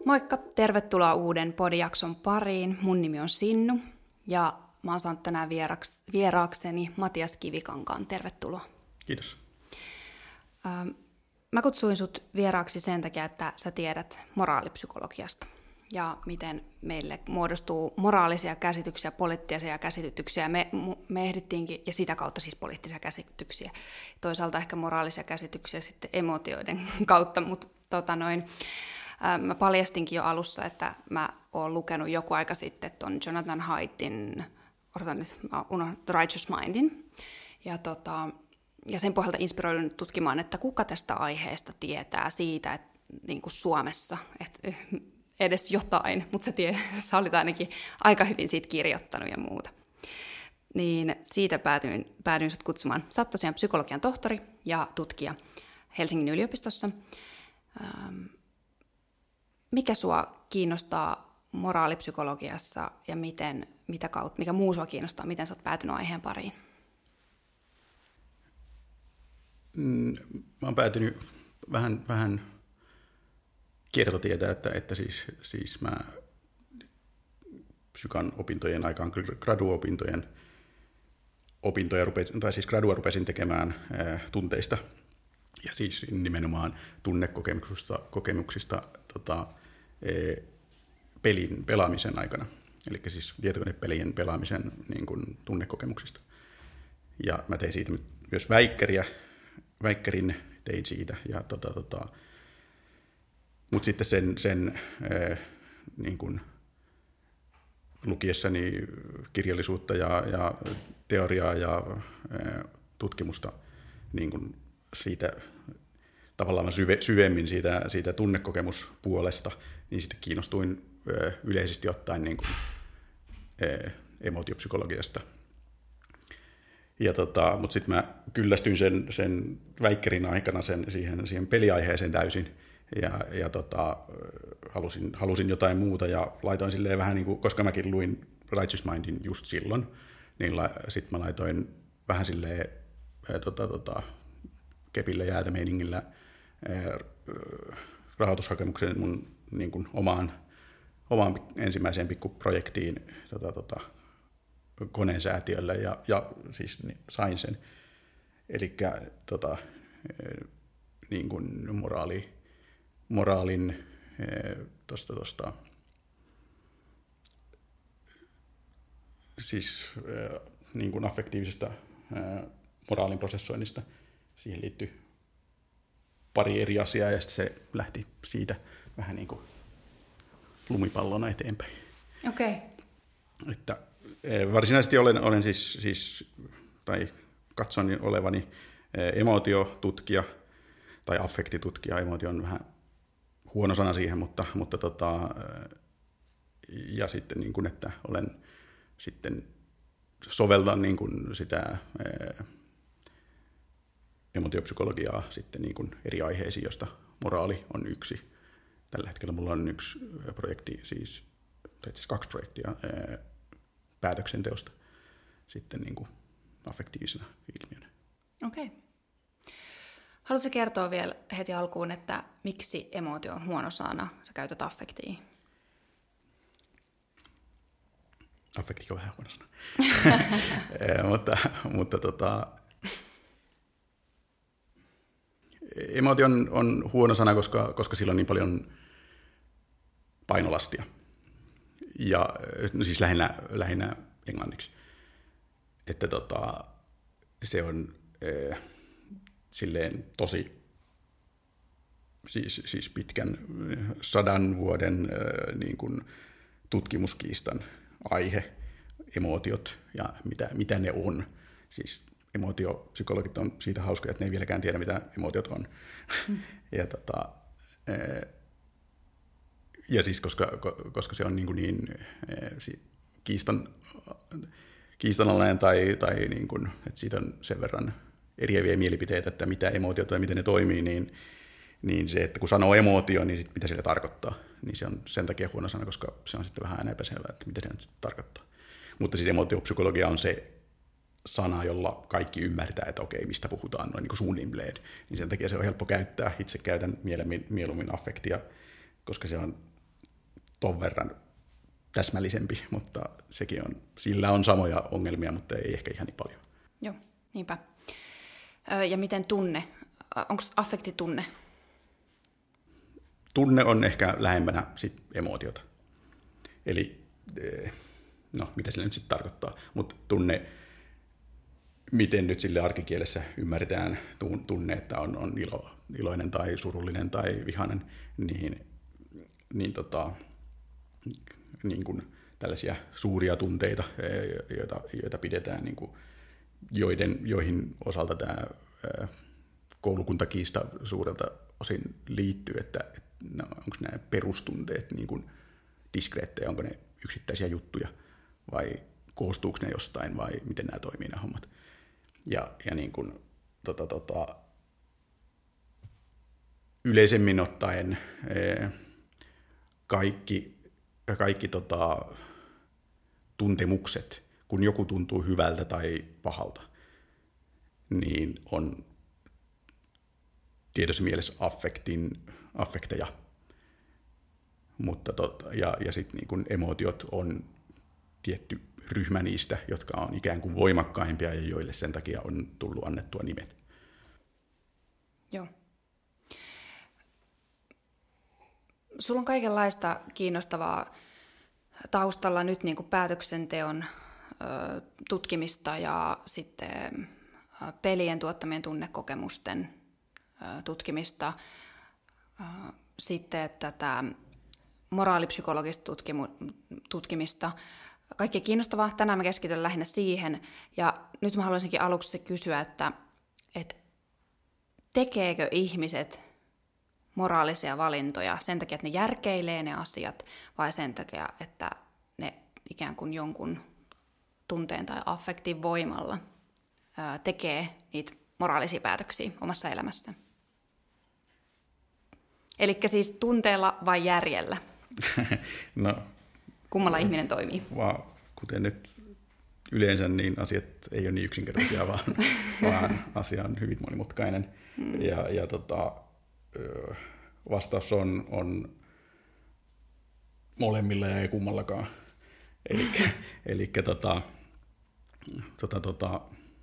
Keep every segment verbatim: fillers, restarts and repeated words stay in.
Moikka, tervetuloa uuden podijakson pariin. Mun nimi on Sinnu ja mä oon saanut tänään vieraks, vieraakseni Matias Kivikankaan. Tervetuloa. Kiitos. Ähm, mä kutsuin sut vieraaksi sen takia, että sä tiedät moraalipsykologiasta ja miten meille muodostuu moraalisia käsityksiä, poliittisia käsityksiä. Me, me ehdittiinkin, ja sitä kautta siis poliittisia käsityksiä. Toisaalta ehkä moraalisia käsityksiä sitten emootioiden kautta, mutta tota noin, ää, mä paljastinkin jo alussa, että mä oon lukenut joku aika sitten ton Jonathan Haidtin, odotan nyt, mä unohdin, The Righteous Mindin, ja, tota, ja sen pohjalta inspiroidun tutkimaan, että kuka tästä aiheesta tietää siitä, että niin kuin Suomessa, että edes jotain, mutta sä, tie, sä olit ainakin aika hyvin siitä kirjoittanut ja muuta. Niin siitä päädyin, päädyin sut kutsumaan. Sä oot tosiaan psykologian tohtori ja tutkija Helsingin yliopistossa. Ähm, mikä sua kiinnostaa moraalipsykologiassa ja miten, mitä kautta, mikä muu sua kiinnostaa, miten sä oot päätynyt aiheen pariin? Mm, mä oon päätynyt vähän... vähän kiertotietä, että, että siis, siis mä psykan opintojen aikaan, graduopintojen opintoja rupesin, tai siis gradua rupesin tekemään ää, tunteista ja siis nimenomaan tunnekokemuksista kokemuksista, tota, ää, pelin pelaamisen aikana, eli siis tietokonepelien pelaamisen niin kuin, tunnekokemuksista. Ja mä tein siitä myös väikkäriä, väikkärin tein siitä ja tota, tota, mutta sitten sen, sen äh, niin kun lukiessani kirjallisuutta ja, ja teoriaa ja äh, tutkimusta niin kun siitä tavallaan syve, syvemmin siitä, siitä tunnekokemuspuolesta, niin sitten kiinnostuin äh, yleisesti ottaen niin kun, äh, emootiopsykologiasta. Ja tota, mutta sitten mä kyllästyin sen, sen väikkärin aikana sen, siihen, siihen peliaiheeseen täysin. Ja, ja tota, halusin, halusin jotain muuta ja laitoin silleen vähän niin kuin, koska mäkin luin Righteous Mindin just silloin, niin la, sitten mä laitoin vähän silleen ää, tota, tota, kepillä jäätä meiningillä ää, rahoitushakemuksen mun niin kuin omaan, omaan ensimmäiseen pikkuprojektiin tota, tota, koneensäätiölle ja, ja siis niin, sain sen. Elikkä tota, niin kuin moraali moraalin tosta, tosta, siis niin kuin affektiivisesta moraalin prosessoinnista. Siihen liittyy pari eri asiaa ja sitten se lähti siitä vähän niin kuin lumipallona eteenpäin. Okei. Okay. Että varsinaisesti olen, olen siis, siis, tai katson olevani emootiotutkija tai affektitutkija. Emootio on vähän huono sana siihen, mutta, mutta tota, ja sitten niin kuin, että olen sitten soveltan niin kuin sitä ää, emotiopsykologiaa sitten niin kuin eri aiheisiin, josta moraali on yksi. Tällä hetkellä mulla on yksi projekti, siis, tai siis kaksi projektia ää, päätöksenteosta sitten niin kuin affektiivisena ilmiönä. Okei. Okay. Haluatko kertoa vielä heti alkuun, että miksi emootio on huono sana? Sä käytät affektia. Affekti on vähän huono sana. mutta mutta tota, emootio on, on huono sana, koska, koska sillä on niin paljon painolastia. Ja no siis lähinnä, lähinnä englanniksi. Että tota, se on... Eh, silleen tosi siis, siis pitkän sadan vuoden niin kuin tutkimuskiistan aihe, emootiot ja mitä, mitä ne on. Siis emootiopsykologit on siitä hauskoja, että ne ei vieläkään tiedä, mitä emootiot on. Mm. ja, tota, ja siis koska, koska se on niin, kuin niin kiistan, kiistanalainen tai, tai niin kuin, että siitä on sen verran eriäviä mielipiteitä, että mitä emootiot ja miten ne toimii, niin, niin se, että kun sanoo emootio, niin sit mitä sille tarkoittaa, niin se on sen takia huono sana, koska se on sitten vähän epäselvää, että mitä se nyt tarkoittaa. Mutta siis emootiopsykologia on se sana, jolla kaikki ymmärtää, että okei, mistä puhutaan noin niin kuin suunnilleen, niin sen takia se on helppo käyttää. Itse käytän mieluummin, mieluummin affektia, koska se on ton verran täsmällisempi, mutta sekin on, sillä on samoja ongelmia, mutta ei ehkä ihan niin paljon. Joo, niinpä. Ja miten tunne? Onko affektitunne? Tunne on ehkä lähempänä sit emootiota. Eli, no mitä sillä nyt sitten tarkoittaa, mutta tunne, miten nyt sille arkikielessä ymmärretään tunne, että on, on ilo, iloinen tai surullinen tai vihainen, niin, niin, tota, niin kuin tällaisia suuria tunteita, joita, joita pidetään, niin kuin, joiden, joihin osalta tämä koulukuntakiista suurelta osin liittyy, että, että no, onko nämä perustunteet niin kuin diskreettejä, onko ne yksittäisiä juttuja vai koostuuko ne jostain vai miten nämä toimii nämä hommat. Ja, ja niin kuin, tota, tota, yleisemmin ottaen kaikki, kaikki tota, tuntemukset, kun joku tuntuu hyvältä tai pahalta, niin on tietyssä mielessä affektin, affekteja. Mutta tota, ja, ja sitten niin kun emootiot on tietty ryhmä niistä, jotka on ikään kuin voimakkaimpia ja joille sen takia on tullut annettua nimet. Joo. Sulla on kaikenlaista kiinnostavaa taustalla nyt niin kuin päätöksenteon ö, tutkimista ja sitten ö, pelien tuottamien tunnekokemusten ö, tutkimista. Ö, sitten tätä moraalipsykologista tutkimu- tutkimista. Kaikki kiinnostavaa. Tänään mä keskityn lähinnä siihen. Ja nyt mä haluaisinkin aluksi kysyä, että, että tekeekö ihmiset moraalisia valintoja sen takia, että ne järkeilee ne asiat, vai sen takia, että ne ikään kuin jonkun tunteen tai affektin voimalla ää, tekee niitä moraalisia päätöksiä omassa elämässä. Elikkä siis tunteella vai järjellä? No, kummalla ihminen toimii? Vaan, kuten nyt yleensä, niin asiat ei ole niin yksinkertaisia, vaan, vaan asia on hyvin monimutkainen. Hmm. Ja, ja tota, vastaus on, on molemmilla ja ei kummallakaan. Elikkä, elikkä tota, tota, tota,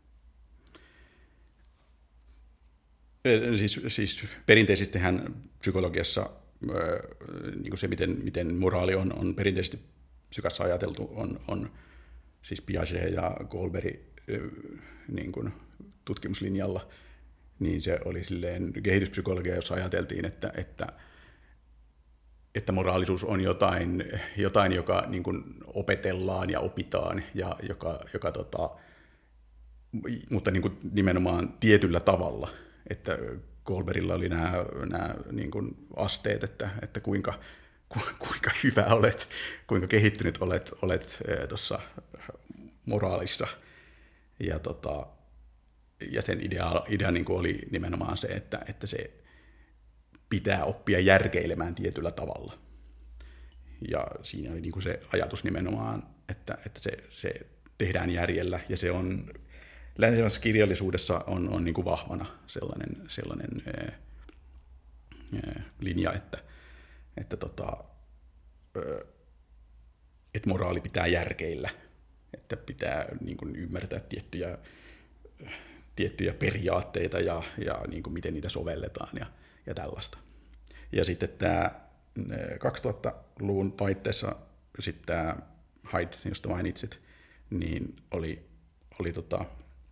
siis, siis perinteisestihän psykologiassa niin kuin se, miten, miten moraali on, on perinteisesti psykassa ajateltu, on, on siis Piaget ja Goldberg niin kuin tutkimuslinjalla, niin se oli silleen kehityspsykologia, jossa ajateltiin, että, että, että moraalisuus on jotain, jotain joka niin kuin opetellaan ja opitaan, ja joka, joka tota, mutta niin kuin nimenomaan tietyllä tavalla, että Goldbergilla oli nämä, nämä niin kuin asteet, että, että kuinka, ku, kuinka hyvä olet, kuinka kehittynyt olet, olet tuossa moraalissa. Ja, tota, ja sen idea, idea niin kuin oli nimenomaan se, että, että se pitää oppia järkeilemään tietyllä tavalla. Ja siinä oli niin kuin se ajatus nimenomaan, että, että se, se tehdään järjellä, ja se on länsimaisessa kirjallisuudessa on, on niin kuin vahvana sellainen, sellainen ää, ää, linja, että, että, tota, ää, että moraali pitää järkeillä, että pitää niin kuin ymmärtää tiettyjä, tiettyjä periaatteita ja, ja niin kuin miten niitä sovelletaan ja, ja tällaista. Ja sitten tämä kaksituhattaluvun taitteessa sitten tämä Haidt, josta mainitsit, niin oli, oli tota,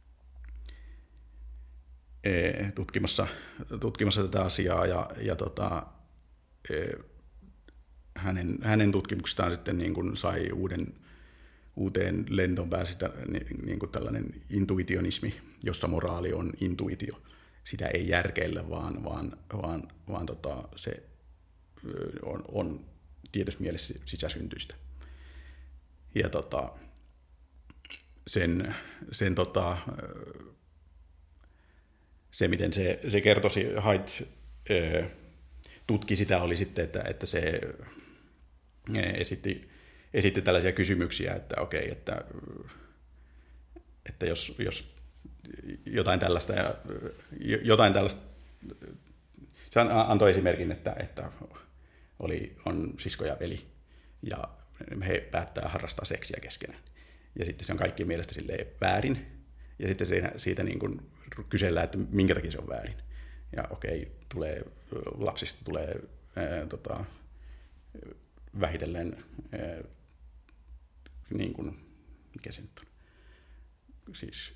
tutkimassa, tutkimassa tätä asiaa, ja, ja tota, hänen, hänen tutkimuksestaan sitten niin kuin sai uuden, uuteen lentoon pääsi niin, niin kuin tällainen intuitionismi, jossa moraali on intuitio. Sitä ei järkeillä, vaan, vaan, vaan, vaan tota, se on, on tietyssä mielessä sisäsyntyistä. Ja tota, sen, sen tota, se, miten se, se kertoisi, Haidt tutki sitä, oli sitten, että, että se esitti, esitti tällaisia kysymyksiä, että okei, että, että jos, jos jotain tällaista, jotain tällaista, se antoi esimerkin, että, että oli, on sisko ja veli, ja he päättää harrastaa seksiä keskenään. Ja sitten se on kaikkien mielestä silleen väärin, ja sitten siitä, siitä niin kuin kysellään, että minkä takia se on väärin. Ja okei, tulee, lapsista tulee ää, tota, vähitellen, ää, niin kuin, mikä se nyt on, siis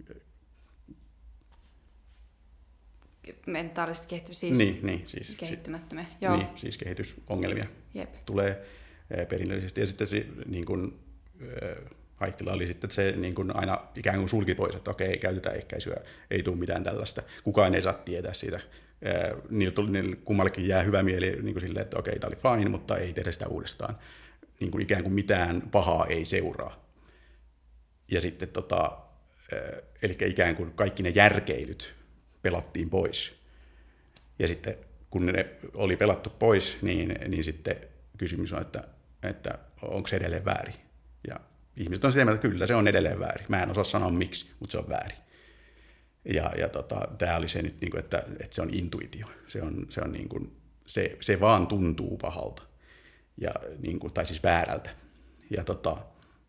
mentaalisesti kehittyy, siis, niin, niin, siis kehittymättömiä. Si- Joo. Niin, siis kehitysongelmia Jep. tulee perinnöllisesti. Ja sitten se, niin kuin, Haittila oli sitten se niin kuin aina ikään kuin sulki pois, että okei, käytetään ehkäisyä, ei tule mitään tällaista. Kukaan ei saa tietää siitä. Niillä, niillä kummallekin jää hyvä mieli niin kuin silleen, että okei, tämä oli fine, mutta ei tehdä sitä uudestaan. Niin kuin ikään kuin mitään pahaa ei seuraa. Ja sitten tota, eli ikään kuin kaikki ne järkeilyt pelattiin pois. Ja sitten kun ne oli pelattu pois, niin, niin sitten kysymys on, että, että onko se edelleen väärin. Ja ihmiset on sitä mieltä, että kyllä se on edelleen väärin. Mä en osaa sanoa miksi, mutta se on väärin. Ja, ja tota, tämä oli se nyt, niin kuin, että, että se on intuitio. Se, on, se, on niin kuin, se, se vaan tuntuu pahalta, ja, niin kuin, tai siis väärältä. Ja, tota,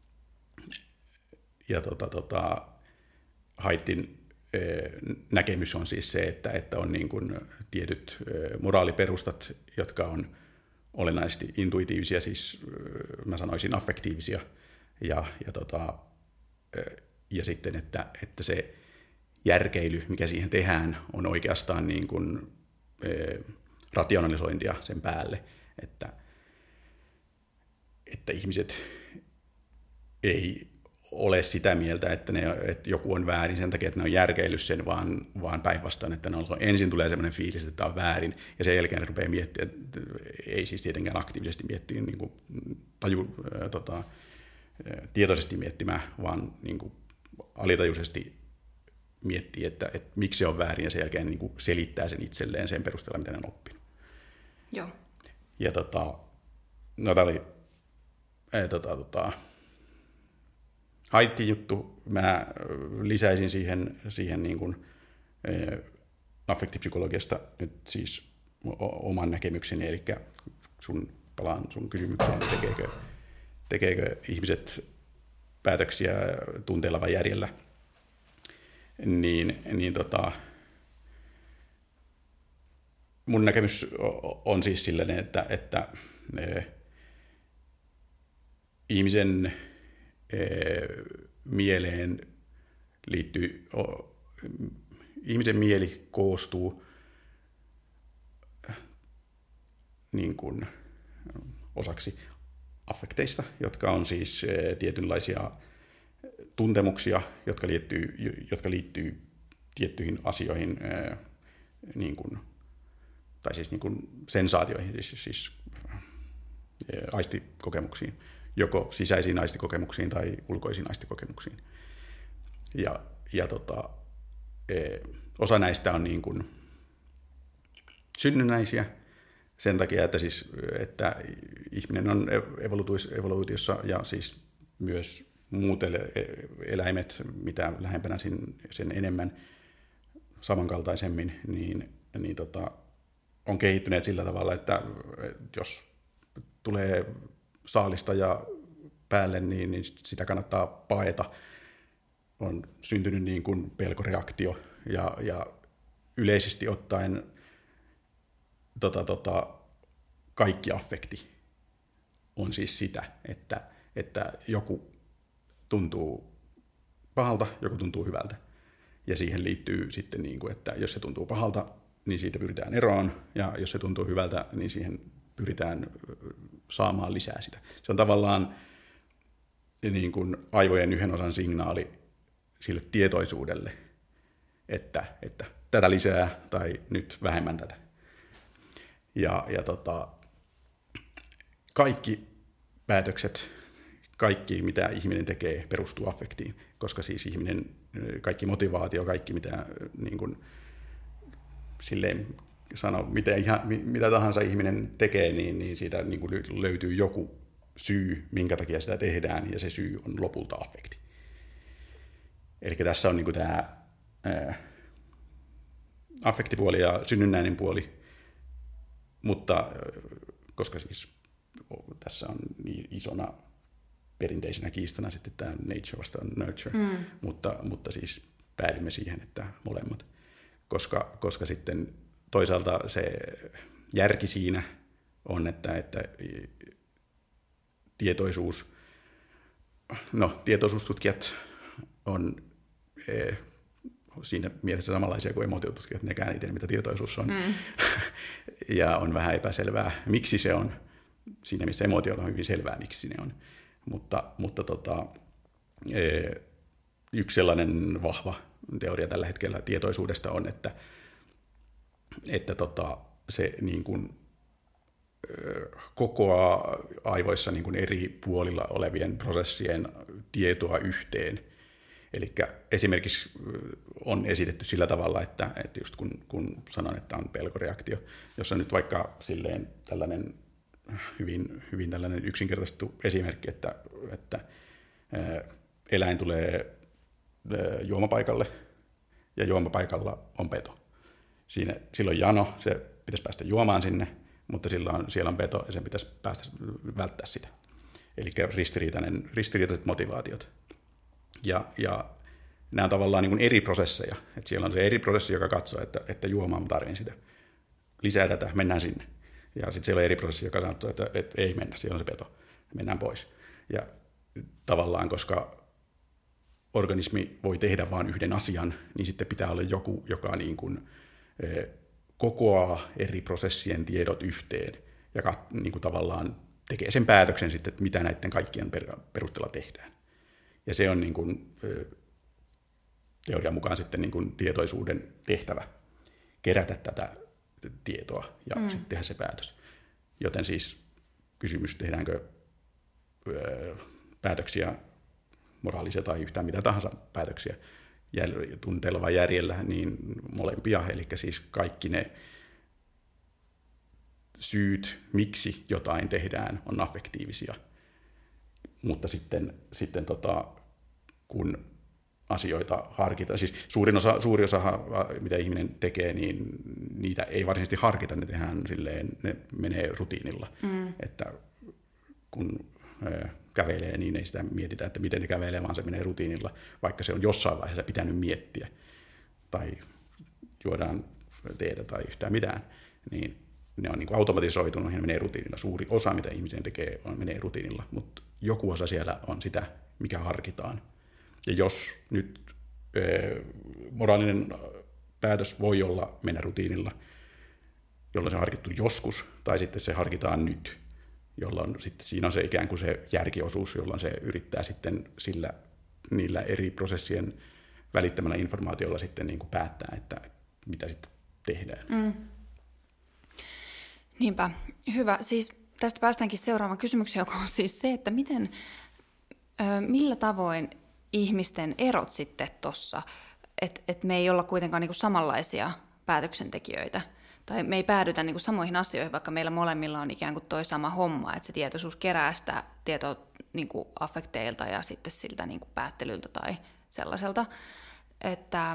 ja tota, tota, Haittin näkemys on siis se, että, että on niin kuin tietyt moraaliperustat, jotka on olennaisesti intuitiivisia, siis mä sanoisin affektiivisia, ja, ja, tota, ja sitten, että, että se järkeily, mikä siihen tehdään, on oikeastaan niin kuin, rationalisointia sen päälle, että, että ihmiset ei ole sitä mieltä, että, ne, että joku on väärin sen takia, että ne on järkeillyt sen, vaan, vaan päinvastoin, että ne on, ensin tulee sellainen fiilis, että tämä on väärin, ja sen jälkeen ne rupeaa miettimään, että ei siis tietenkään aktiivisesti miettiä, niin kuin taju, ää, tota, tietoisesti miettimään, vaan niin kuin alitajuisesti miettii, että, että miksi se on väärin, ja sen jälkeen niin kuin selittää sen itselleen sen perusteella, mitä ne on oppinut. Joo. Ja tota, no tämä oli ää, tota, tota, Haittin juttu. Mä lisäisin siihen, siihen niin kuin, ää, affektipsykologiasta nyt siis oman näkemykseni, eli sun, palaan sun kysymykseen, tekeekö, tekeekö ihmiset päätöksiä tunteella vai järjellä, niin, niin tota, mun näkemys on siis sellainen, että, että e, ihmisen e, mieleen liittyy, o, ihmisen mieli koostuu niin kuin osaksi affekteista, jotka on siis e, tietynlaisia tuntemuksia, jotka liittyy, jotka liittyy tiettyihin asioihin, e, niin kuin, tai siis niin kuin sensaatioihin, siis, siis e, aistikokemuksiin, joko sisäisiin aistikokemuksiin tai ulkoisiin aistikokemuksiin. Ja, ja tota, e, osa näistä on niin kuin synnynnäisiä sen takia, että, siis, että ihminen on evoluutiossa ja siis myös muut eläimet, mitä lähempänä sen, sen enemmän samankaltaisemmin, niin, niin tota, on kehittyneet sillä tavalla, että jos tulee saalista ja päälle, niin, niin sitä kannattaa paeta. On syntynyt niin kuin pelkoreaktio ja, ja yleisesti ottaen tota, tota, kaikki affekti on siis sitä, että, että joku tuntuu pahalta, joku tuntuu hyvältä. Ja siihen liittyy sitten, niin kuin, että jos se tuntuu pahalta, niin siitä pyritään eroon, ja jos se tuntuu hyvältä, niin siihen pyritään saamaan lisää sitä. Se on tavallaan niin kuin aivojen yhden osan signaali sille tietoisuudelle, että, että tätä lisää tai nyt vähemmän tätä. Ja, ja tota, kaikki päätökset, kaikki mitä ihminen tekee perustuu affektiin, koska siis ihminen, kaikki motivaatio, kaikki mitä niin kuin, silleen sano, mitä, ihan, mitä tahansa ihminen tekee, niin, niin siitä niin kuin löytyy joku syy, minkä takia sitä tehdään, ja se syy on lopulta affekti. Eli tässä on niin kuin tämä ää, affektipuoli ja synnynnäinen puoli, mutta koska siis tässä on niin isona perinteisenä kiistana sitten tämä nature vastaan nurture, mm. mutta, mutta siis päädymme siihen, että molemmat, koska, koska sitten toisaalta se järki siinä on, että, että tietoisuus, no tietoisuustutkijat on e, siinä mielessä samanlaisia kuin emootiotutkijat, nekään ei tiedä, mitä tietoisuus on. Mm. Ja on vähän epäselvää, miksi se on. Siinä missä emootioilla on hyvin selvää, miksi ne on. Mutta, mutta tota, e, yksi sellainen vahva teoria tällä hetkellä tietoisuudesta on, että, että tota, se niin kuin, kokoaa aivoissa niin kuin eri puolilla olevien prosessien tietoa yhteen. Eli esimerkiksi on esitetty sillä tavalla, että, että just kun, kun sanon, että on pelkoreaktio, jossa nyt vaikka silleen tällainen hyvin, hyvin tällainen yksinkertaistettu esimerkki, että, että eläin tulee juomapaikalle ja juomapaikalla on peto. Siinä, silloin jano, se pitäisi päästä juomaan sinne, mutta silloin siellä on peto ja sen pitäisi päästä välttää sitä. Eli ristiriitainen, ristiriitaiset motivaatiot. Ja, ja nämä on tavallaan niin kuin eri prosesseja. Että siellä on se eri prosessi, joka katsoo, että, että juomaan tarvin sitä. Lisää tätä, mennään sinne. Ja sitten siellä on eri prosessi, joka katsoo, että, että ei mennä, siellä on se peto, mennään pois. Ja tavallaan, koska organismi voi tehdä vain yhden asian, niin sitten pitää olla joku, joka niin kuin, eh, kokoaa eri prosessien tiedot yhteen ja kat, niin kuin tavallaan tekee sen päätöksen sitten, että mitä näiden kaikkien perusteella tehdään. Ja se on niin kuin, eh, teorian mukaan sitten niin kuin tietoisuuden tehtävä kerätä tätä tietoa ja mm. sitten tehdä se päätös. Joten siis kysymys, tehdäänkö eh, päätöksiä moraalisia tai yhtään mitä tahansa päätöksiä tunteella vai järjellä, niin molempia. Eli siis kaikki ne syyt, miksi jotain tehdään, on affektiivisia. Mutta sitten, sitten tota, kun asioita harkitaan, siis suurin osa, suuri osa, mitä ihminen tekee, niin niitä ei varsinaisesti harkita, ne tehdään silleen, ne menee rutiinilla. Mm. Että kun kävelee, niin ei sitä mietitä, että miten se kävelee, vaan se menee rutiinilla, vaikka se on jossain vaiheessa pitänyt miettiä, tai juodaan teetä tai yhtään mitään, niin ne on niin kuin automatisoitunut ja menee rutiinilla. Suuri osa, mitä ihmisen tekee, on, menee rutiinilla, mutta joku osa siellä on sitä, mikä harkitaan. Ja jos nyt e, moraalinen päätös voi olla mennä rutiinilla, jolloin se on harkittu joskus, tai sitten se harkitaan nyt, jolloin sitten siinä on se ikään kuin se järkiosuus, jolloin se yrittää sitten sillä, niillä eri prosessien välittämällä informaatiolla sitten niin kuin päättää, että mitä sitten tehdään. Mm. Niinpä, hyvä. Siis tästä päästäänkin seuraavaan kysymykseen, joka on siis se, että miten, millä tavoin ihmisten erot sitten tuossa, että et me ei olla kuitenkaan niinku samanlaisia päätöksentekijöitä, tai me ei päädytä niinku samoihin asioihin, vaikka meillä molemmilla on ikään kuin toi sama homma, että se tietoisuus kerää sitä tietoa niinku affekteilta ja sitten siltä niinku päättelyltä tai sellaiselta, että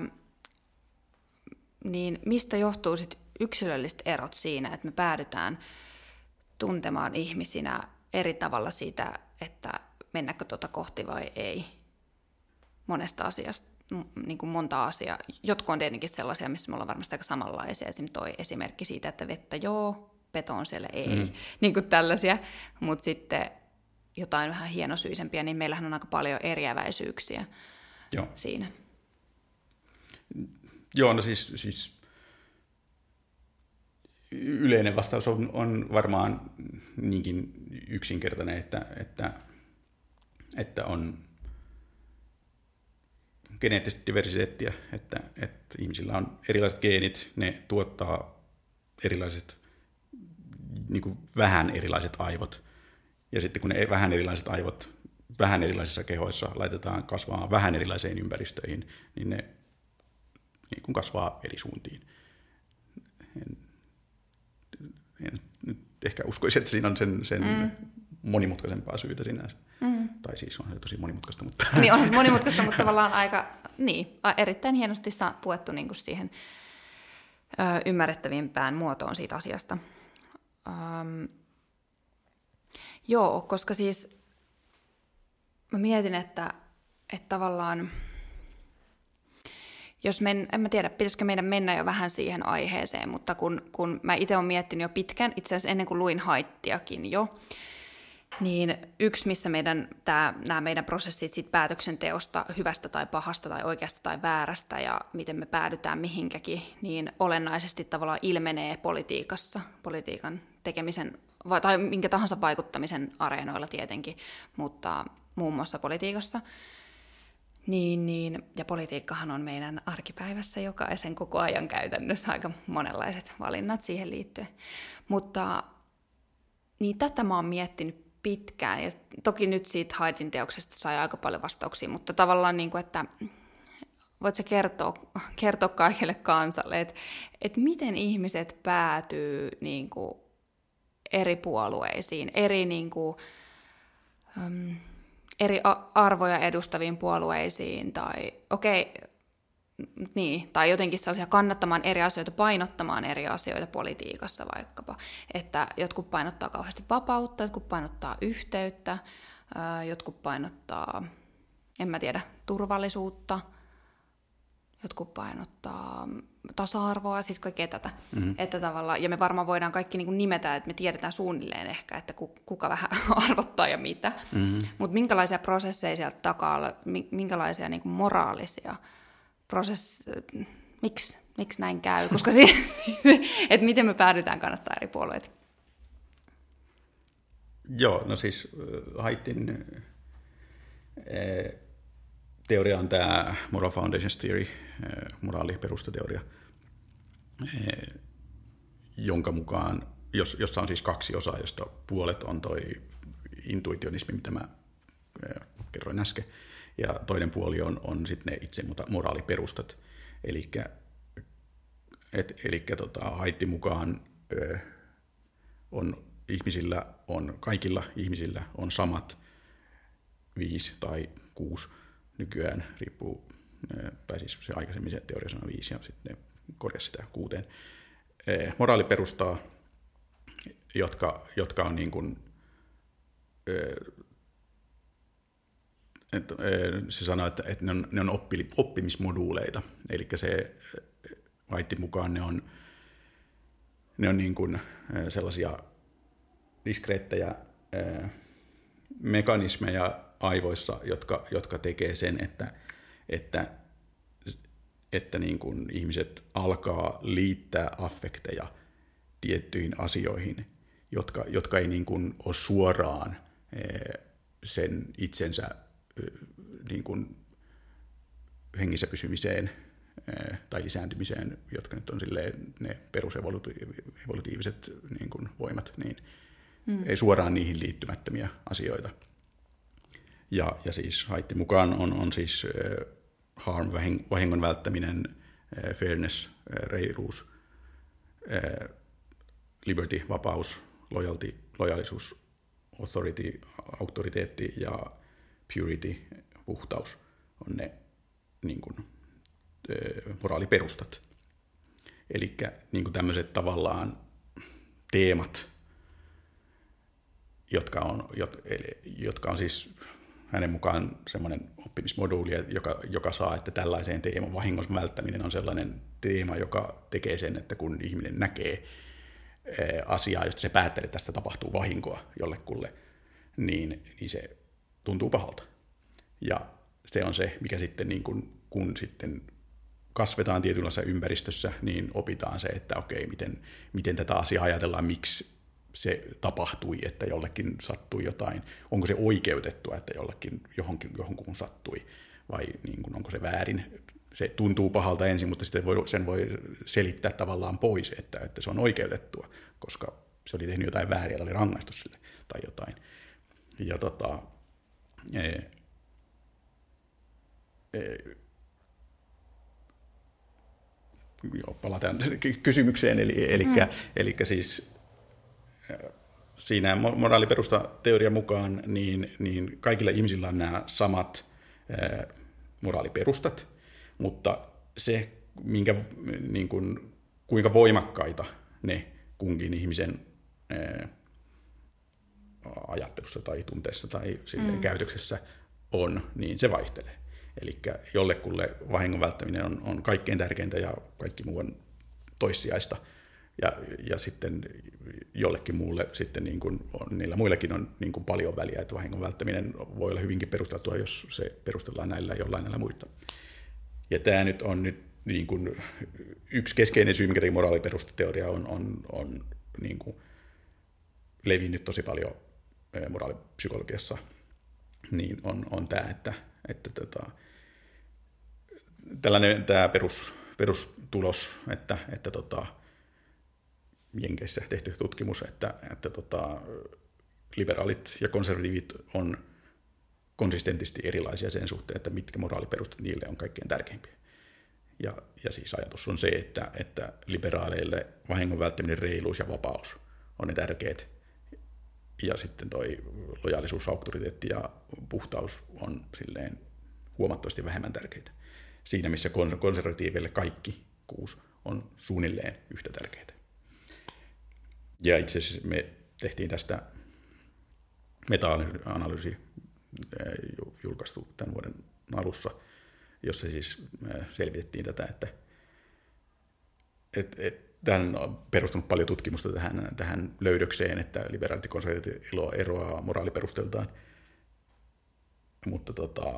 niin mistä johtuu sitten yksilölliset erot siinä, että me päädytään tuntemaan ihmisinä eri tavalla siitä, että mennäkö tuota kohti vai ei. Monesta asiasta, niin kuin monta asiaa. Jotkut on tietenkin sellaisia, missä me ollaan varmasti aika samanlaisia. Esimerkiksi toi esimerkki siitä, että vettä joo, peto on siellä ei. Mm. Niin kuin tällaisia. Mutta sitten jotain vähän hienosyisempiä, niin meillähän on aika paljon eriäväisyyksiä joo. siinä. Joo, no siis, siis yleinen vastaus on, on varmaan niinkin yksinkertainen, että, että, että on geneettistä diversiteettiä, että, että ihmisillä on erilaiset geenit, ne tuottaa erilaiset, niin kuin vähän erilaiset aivot. Ja sitten kun ne vähän erilaiset aivot vähän erilaisissa kehoissa laitetaan kasvamaan vähän erilaisiin ympäristöihin, niin ne niin kuin kasvaa eri suuntiin. En, en nyt ehkä uskoisi, että siinä on sen, sen mm. monimutkaisempaa syytä sinänsä. Mm. Tai siis on se tosi monimutkaista. Mutta niin, on se monimutkaista, mutta tavallaan aika niin, erittäin hienosti puettu niin kuin siihen ö, ymmärrettävimpään muotoon siitä asiasta. Um, Joo, koska siis mä mietin, että, että tavallaan, jos men, en mä tiedä, pitäisikö meidän mennä jo vähän siihen aiheeseen, mutta kun, kun mä itse olen miettinyt jo pitkän, itse asiassa ennen kuin luin Haittiakin jo, niin yksi, missä meidän, tää, nämä meidän prosessit siitä päätöksenteosta, hyvästä tai pahasta tai oikeasta tai väärästä ja miten me päädytään mihinkäkin, niin olennaisesti tavallaan ilmenee politiikassa, politiikan tekemisen tai minkä tahansa vaikuttamisen areenoilla tietenkin, mutta muun muassa politiikassa. Niin, niin, ja politiikkahan on meidän arkipäivässä jokaisen koko ajan käytännössä aika monenlaiset valinnat siihen liittyen. Mutta niin tätä mä oon miettinyt pitkään, ja toki nyt siitä Haitin teoksesta sai aika paljon vastauksia, mutta tavallaan niin kuin, että voit sä kertoa, kertoa kaikille kansalle, että, että miten ihmiset päätyy niin kuin eri puolueisiin, eri, niin kuin, um, eri arvoja edustaviin puolueisiin, tai okei, okay, niin, tai jotenkin sellaisia kannattamaan eri asioita, painottamaan eri asioita politiikassa vaikkapa, että jotkut painottaa kauheasti vapautta, jotkut painottaa yhteyttä, jotkut painottaa, en mä tiedä, turvallisuutta, jotkut painottaa tasa-arvoa, siis kaikkea tätä. Mm-hmm. Että tavallaan, ja me varmaan voidaan kaikki niin kuin nimetä, että me tiedetään suunnilleen ehkä, että kuka vähän arvottaa ja mitä. Mm-hmm. Mutta minkälaisia prosesseja sieltä takaa, minkälaisia niin kuin moraalisia prosesseja, miksi, miksi näin käy? Koska siis, että miten me päädytään kannattaa eri puolueita. Joo, no siis Haitin teoria on tämä Moral Foundations Theory, moraaliperustateoria, jonka mukaan, jos, jossa on siis kaksi osaa, josta puolet on toi intuitionismi, mitä mä kerroin äsken, ja toinen puoli on, on sitten ne itse moraaliperustat. Elikkä, et, elikkä tota, Haitin mukaan ö, on ihmisillä, on, kaikilla ihmisillä on samat viisi tai kuusi nykyään, riippuu, tai siis se aikaisemmin se teoria sanoi viisi, ja sitten ne korjasi sitä kuuteen. Moraaliperustaa, jotka, jotka on niin kuin, että se sanoo, että, että ne on, ne on oppi, oppimismoduuleita, eli se Haitin mukaan ne on, ne on niin kuin sellaisia diskreettejä mekanismeja aivoissa, jotka, jotka tekee sen, että, että, että niin kuin ihmiset alkaa liittää affekteja tiettyihin asioihin, jotka, jotka ei niin kuin ole suoraan sen itsensä niin kuin hengissä pysymiseen tai lisääntymiseen, jotka nyt on silleen ne perusevolutiiviset niin kuin voimat, niin mm. ei suoraan niihin liittymättömiä asioita. Ja, ja siis Haitin mukaan on, on siis äh, harm, vahingon välttäminen, äh, fairness, äh, reiluus, äh, liberty, vapaus, loyalty, lojallisuus, authority, auktoriteetti ja purity, puhtaus on ne niin kuin, äh, moraaliperustat. Eli niin kuin tämmöiset tavallaan teemat, jotka on, jotka on siis hänen mukaan semmoinen oppimismoduuli, joka, joka saa, että tällaiseen teeman vahingon välttäminen on sellainen teema, joka tekee sen, että kun ihminen näkee asiaa, josta se päättelee, että tästä tapahtuu vahinkoa jollekulle, niin, niin se tuntuu pahalta. Ja se on se, mikä sitten, niin kun, kun sitten kasvetaan tietynlaisessa ympäristössä, niin opitaan se, että okei, miten, miten tätä asiaa ajatellaan, miksi se tapahtui, että jollekin sattui jotain, onko se oikeutettua, että jollekin johonkin, johonkin sattui, vai niin kuin, onko se väärin. Se tuntuu pahalta ensin, mutta sitten voi, sen voi selittää tavallaan pois, että, että se on oikeutettua, koska se oli tehnyt jotain väärin, oli rangaistus sille tai jotain. Ja tota, e, e, joo, palataan kysymykseen, eli, eli, mm. eli siis siinä moraaliperusta teorian mukaan niin, niin kaikilla ihmisillä on nämä samat ää, moraaliperustat, mutta se, minkä, niin kuin, kuinka voimakkaita ne kunkin ihmisen ää, ajattelussa tai tunteessa tai silleen mm. käytöksessä on, niin se vaihtelee. Eli jollekulle vahingon välttäminen on, on kaikkein tärkeintä ja kaikki muu on toissijaista. Ja, ja sitten jollekin muulle sitten niin kuin on, niillä muillakin on niin kuin paljon väliä, että vahingon välttäminen voi olla hyvinkin perusteltua, jos se perustellaan näillä jollain näillä muita. Ja tämä nyt on nyt niin kuin yksi keskeinen syy, mikä moraaliperusteteoria on, on, on niin kuin levinnyt tosi paljon moraalipsykologiassa, niin on, on tämä, että, että tota, tällainen tämä perus, perustulos, että, että tota, Jenkeissä tehty tutkimus, että, että tota, liberaalit ja konservatiivit on konsistentisti erilaisia sen suhteen, että mitkä moraaliperustat niille on kaikkein tärkeimpiä. Ja, ja siis ajatus on se, että, että liberaaleille vahingon välttäminen, reiluus ja vapaus on ne tärkeät. Ja sitten toi lojaalisuus, auktoriteetti ja puhtaus on silleen huomattavasti vähemmän tärkeitä. Siinä missä konservatiiveille kaikki kuusi on suunnilleen yhtä tärkeitä. Ja itse asiassa me tehtiin tästä meta-analyysi julkaistu tämän vuoden alussa, jossa siis selvitettiin tätä, että et, et, tähän on perustunut paljon tutkimusta tähän, tähän löydökseen, että liberaalit ja konservatiivit eroaa moraaliperusteeltaan, mutta tota,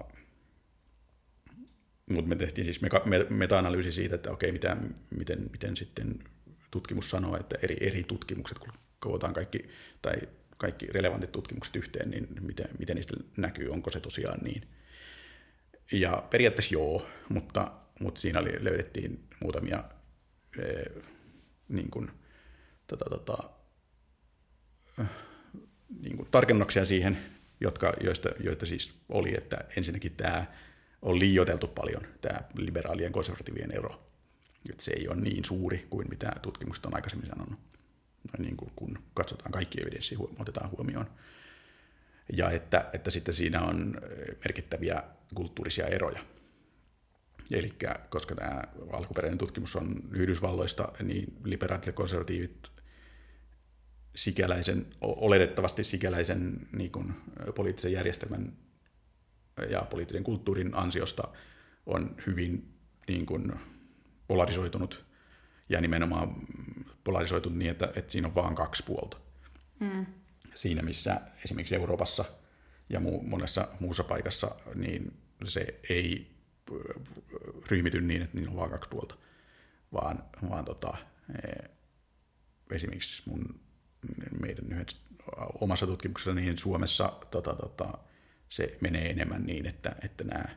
mut me tehtiin siis meta-analyysi siitä, että okei, mitä, miten, miten sitten tutkimus sanoo, että eri, eri tutkimukset, kun kootaan kaikki, tai kaikki relevantit tutkimukset yhteen, niin miten, miten niistä näkyy, onko se tosiaan niin. Ja periaatteessa joo, mutta, mutta siinä oli, löydettiin muutamia ee, niin kuin, tota, tota, äh, niin kuin tarkennuksia siihen, jotka, joista, joita siis oli, että ensinnäkin tämä on liioiteltu paljon, tämä liberaalien ja konservatiivien ero. Että se ei ole niin suuri kuin mitä tutkimukset on aikaisemmin sanonut, no, niin kuin, kun katsotaan kaikki evidenssi, otetaan huomioon. Ja että, että sitten siinä on merkittäviä kulttuurisia eroja. Eli koska tämä alkuperäinen tutkimus on Yhdysvalloista, niin liberaatit ja konservatiivit sikäläisen, oletettavasti sikäläisen niin kuin, poliittisen järjestelmän ja poliittisen kulttuurin ansiosta on hyvin niin kuin, polarisoitunut ja nimenomaan polarisoitunut niin, että, että siinä on vain kaksi puolta. Mm. Siinä, missä esimerkiksi Euroopassa ja muu, monessa muussa paikassa, niin se ei ryhmity niin, että niillä on vain kaksi puolta, vaan, vaan tota, esimerkiksi mun, meidän yhdessä omassa tutkimuksessa niin Suomessa tota, tota, se menee enemmän niin, että, että nämä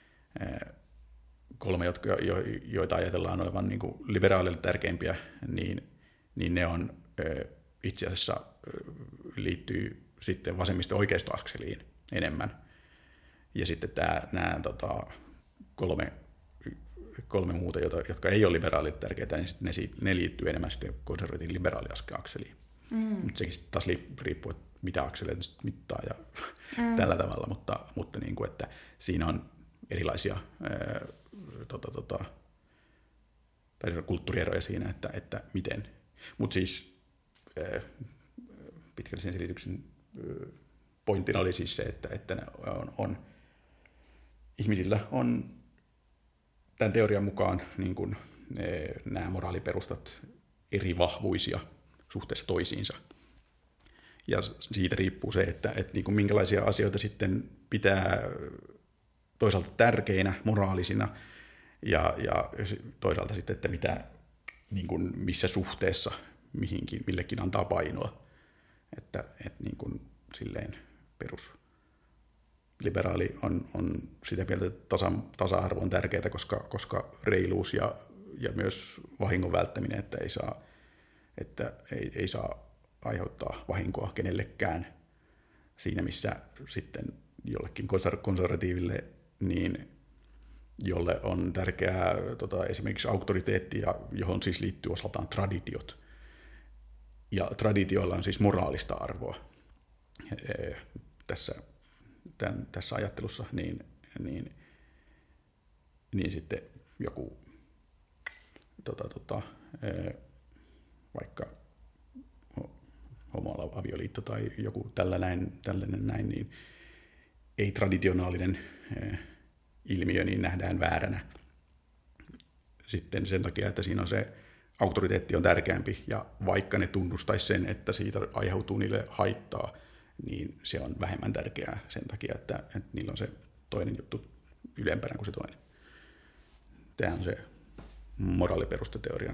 kolme, jotka, jo, joita ajatellaan olevan niin kuin liberaalille tärkeimpiä, niin, niin ne on itse asiassa liittyy sitten vasemmista oikeistoakseliin enemmän. Ja sitten tämä, nämä tota, kolme, kolme muuta, jota, jotka ei ole liberaalille tärkeitä, niin ne, ne liittyy enemmän sitten konservatiivin liberaaliakseliin. Mm. Mutta sekin taas riippuu, että mitä akseleita sitten mittaa ja mm. tällä tavalla, mutta, mutta niin kuin, että siinä on erilaisia ää, tota, tota, tai kulttuurieroja siinä, että, että miten. Mutta siis ää, pitkällisen selityksen pointtina oli siis se, että, että on, on, ihmisillä on tämän teorian mukaan niin kuin, nämä moraaliperustat eri vahvuisia suhteessa toisiinsa. Ja siitä riippuu se, että, että niin kuin minkälaisia asioita sitten pitää toisaalta tärkeinä, moraalisina, ja, ja toisaalta sitten, että mitä, niin kuin missä suhteessa mihinkin, millekin antaa painoa. Että, että niin kuin silleen perusliberaali on, on sitä mieltä, että tasa, tasa-arvo on tärkeää, koska, koska reiluus ja, ja myös vahingon välttäminen, että ei saa, että ei, ei saa aiheuttaa vahinkoa kenellekään siinä, missä sitten jollekin konservatiiville, niin jolle on tärkeää tota, esimerkiksi auktoriteetti, ja johon siis liittyy osaltaan traditiot. Ja traditioilla on siis moraalista arvoa e, tässä, tämän, tässä ajattelussa, niin, niin, niin sitten joku tota, tota, e, vaikka homoavioliitto avioliitto tai joku tällainen, tällainen näin, niin ei-traditionaalinen ilmiö niin nähdään vääränä. Sitten sen takia, että siinä on se auktoriteetti on tärkeämpi, ja vaikka ne tunnustaisi sen, että siitä aiheutuu niille haittaa, niin se on vähemmän tärkeää sen takia, että, että niillä on se toinen juttu ylempänä kuin se toinen. Tämä on se moraaliperusteteorian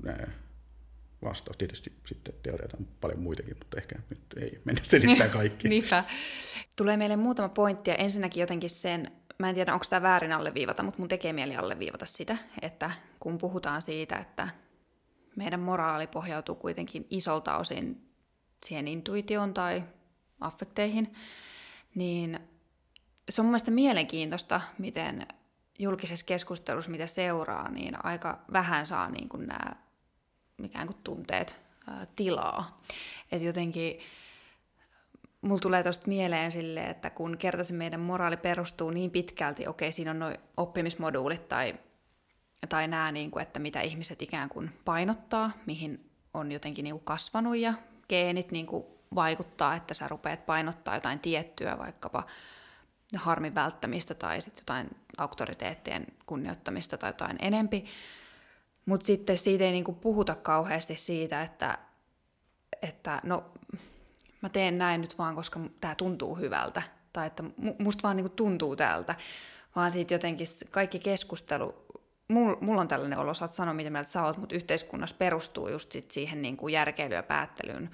vastaus. Tietysti sitten teorioita on paljon muitakin, mutta ehkä nyt ei mennä selittää kaikki. Niinpä. Tulee meille muutama pointti, ja ensinnäkin jotenkin sen, mä en tiedä onko tämä väärin alleviivata, mutta mun tekee mieli alleviivata sitä, että kun puhutaan siitä, että meidän moraali pohjautuu kuitenkin isolta osin siihen intuitioon tai affekteihin, niin se on mun mielestä mielenkiintoista, miten julkisessa keskustelussa, mitä seuraa, niin aika vähän saa niin kuin nämä ikään kuin tunteet ää, tilaa. Että jotenkin mulla tulee tuosta mieleen silleen, että kun kerta se meidän moraali perustuu niin pitkälti, okei, siinä on nuo oppimismoduulit tai, tai nämä, niin kuin, että mitä ihmiset ikään kuin painottaa, mihin on jotenkin niin kuin kasvanut ja geenit niin kuin vaikuttaa, että sä rupeat painottaa jotain tiettyä, vaikkapa harmin välttämistä tai sitten jotain auktoriteettien kunnioittamista tai jotain enempi. Mutta sitten siitä ei niinku puhuta kauheasti siitä, että, että no mä teen näin nyt vaan, koska tää tuntuu hyvältä. Tai että musta vaan niinku tuntuu tältä. Vaan siitä jotenkin kaikki keskustelu, mulla mul on tällainen olo, saat sanoa mitä mieltä sä oot, mutta yhteiskunnassa perustuu just sit siihen niinku järkeilyyn ja päättelyyn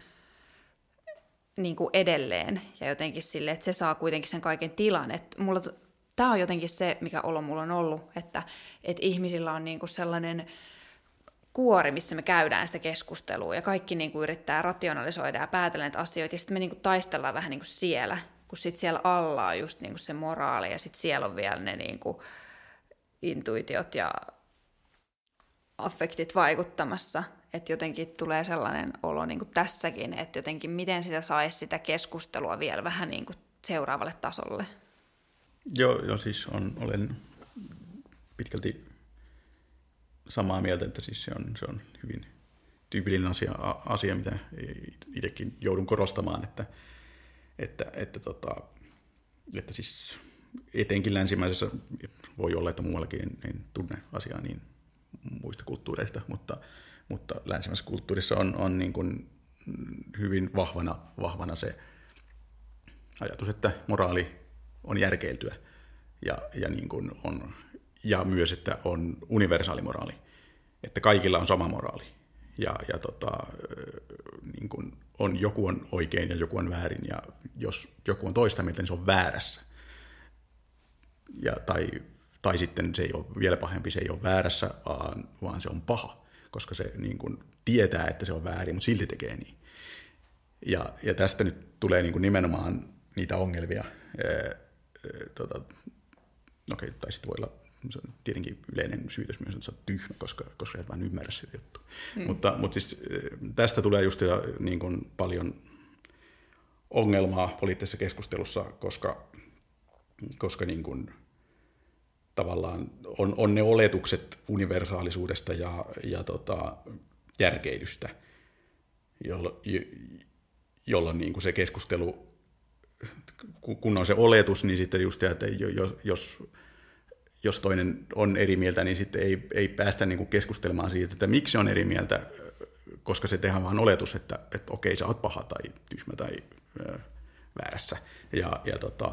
niinku edelleen. Ja jotenkin sille, että se saa kuitenkin sen kaiken tilan. Että mulla tämä on jotenkin se, mikä olo mulla on ollut, että, että ihmisillä on niinku sellainen kuori, missä me käydään sitä keskustelua, ja kaikki niinku yrittää rationalisoida ja päätellä näitä asioita, ja sitten me niinku taistellaan vähän niinku siellä, kun sitten siellä alla on just niinku se moraali, ja sitten siellä on vielä ne niinku intuitiot ja affektit vaikuttamassa, että jotenkin tulee sellainen olo niinku tässäkin, että jotenkin miten sitä saisi sitä keskustelua vielä vähän niinku seuraavalle tasolle. Joo, joo siis on, olen pitkälti samaa mieltä, että siis se on, se on hyvin tyypillinen asia, asia, mitä itsekin joudun korostamaan, että, että, että, tota, että siis etenkin länsimaisessa voi olla, että muuallakin en, en tunne asiaa niin muista kulttuureista, mutta, mutta länsimaisessa kulttuurissa on, on niin kuin hyvin vahvana, vahvana se ajatus, että moraali on järkeiltyä ja, ja, niin kuin on, ja myös, että on universaali moraali, että kaikilla on sama moraali ja, ja tota, niin kuin on, joku on oikein ja joku on väärin, ja jos joku on toista mieltä, niin se on väärässä. Ja, tai, tai sitten se ei ole vielä pahempi, se ei ole väärässä, vaan, vaan se on paha, koska se niin kuin tietää, että se on väärin, mutta silti tekee niin. Ja, ja tästä nyt tulee niin kuin nimenomaan niitä ongelmia. Ää, tota, okei, tai sitten voi olla se on tietenkin yleinen syytös myös, että sä oot tyhmä, koska, koska et vaan ymmärrä sitä juttua. Mm. Mutta, mutta siis tästä tulee just niin kuin paljon ongelmaa poliittisessa keskustelussa, koska, koska niin kuin tavallaan on, on ne oletukset universaalisuudesta ja, ja tota, järkeilystä, jolloin, jolloin niin kuin se keskustelu, kun on se oletus, niin sitten just, että jos, jos toinen on eri mieltä, niin sitten ei, ei päästä niin kuin keskustelemaan siitä, että miksi on eri mieltä, koska se tehdään vaan oletus, että, että okei, sä oot paha tai tyhmä tai ö, väärässä. Ja, ja tota,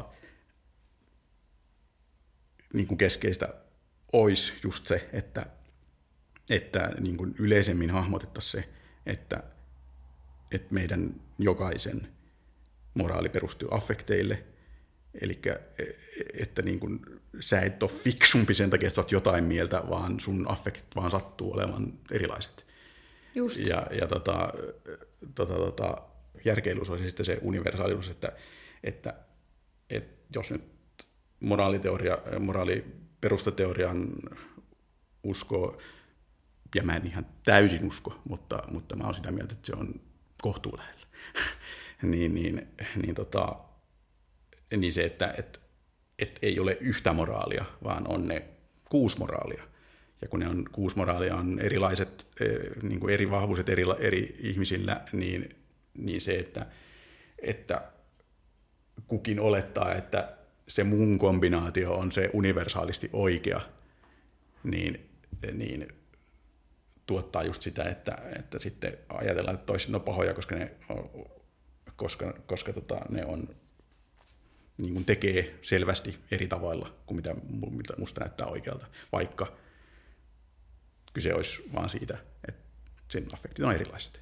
niin kuin keskeistä olisi just se, että, että niin kuin yleisemmin hahmotettaisiin se, että, että meidän jokaisen moraali perustuu affekteille, eli että niin kuin sä et ole fiksumpi sen takia, että sä oot jotain mieltä, vaan sun affektit vaan sattuu olemaan erilaiset. Just. Ja, ja tota, tota, tota, järkeilyys olisi sitten se universaalisuus, että, että, että jos nyt moraaliteoria, moraaliperusteteorian uskoo, ja mä en ihan täysin usko, mutta, mutta mä oon sitä mieltä, että se on kohtuulähellä, niin, niin, niin, tota, niin se, että et, et ei ole yhtä moraalia, vaan on ne kuusi moraalia. Ja kun ne on kuusi moraalia, on erilaiset, niin kuin eri vahvuudet eri, eri ihmisillä, niin, niin se, että että kukin olettaa, että se mun kombinaatio on se universaalisti oikea, niin, niin tuottaa just sitä, että, että sitten ajatellaan, että toiset on pahoja, koska ne on, koska, koska tota, ne on, niin kuin tekee selvästi eri tavalla kuin mitä, mitä musta näyttää oikealta, vaikka kyse olisi vaan siitä, että sen affektit on erilaiset.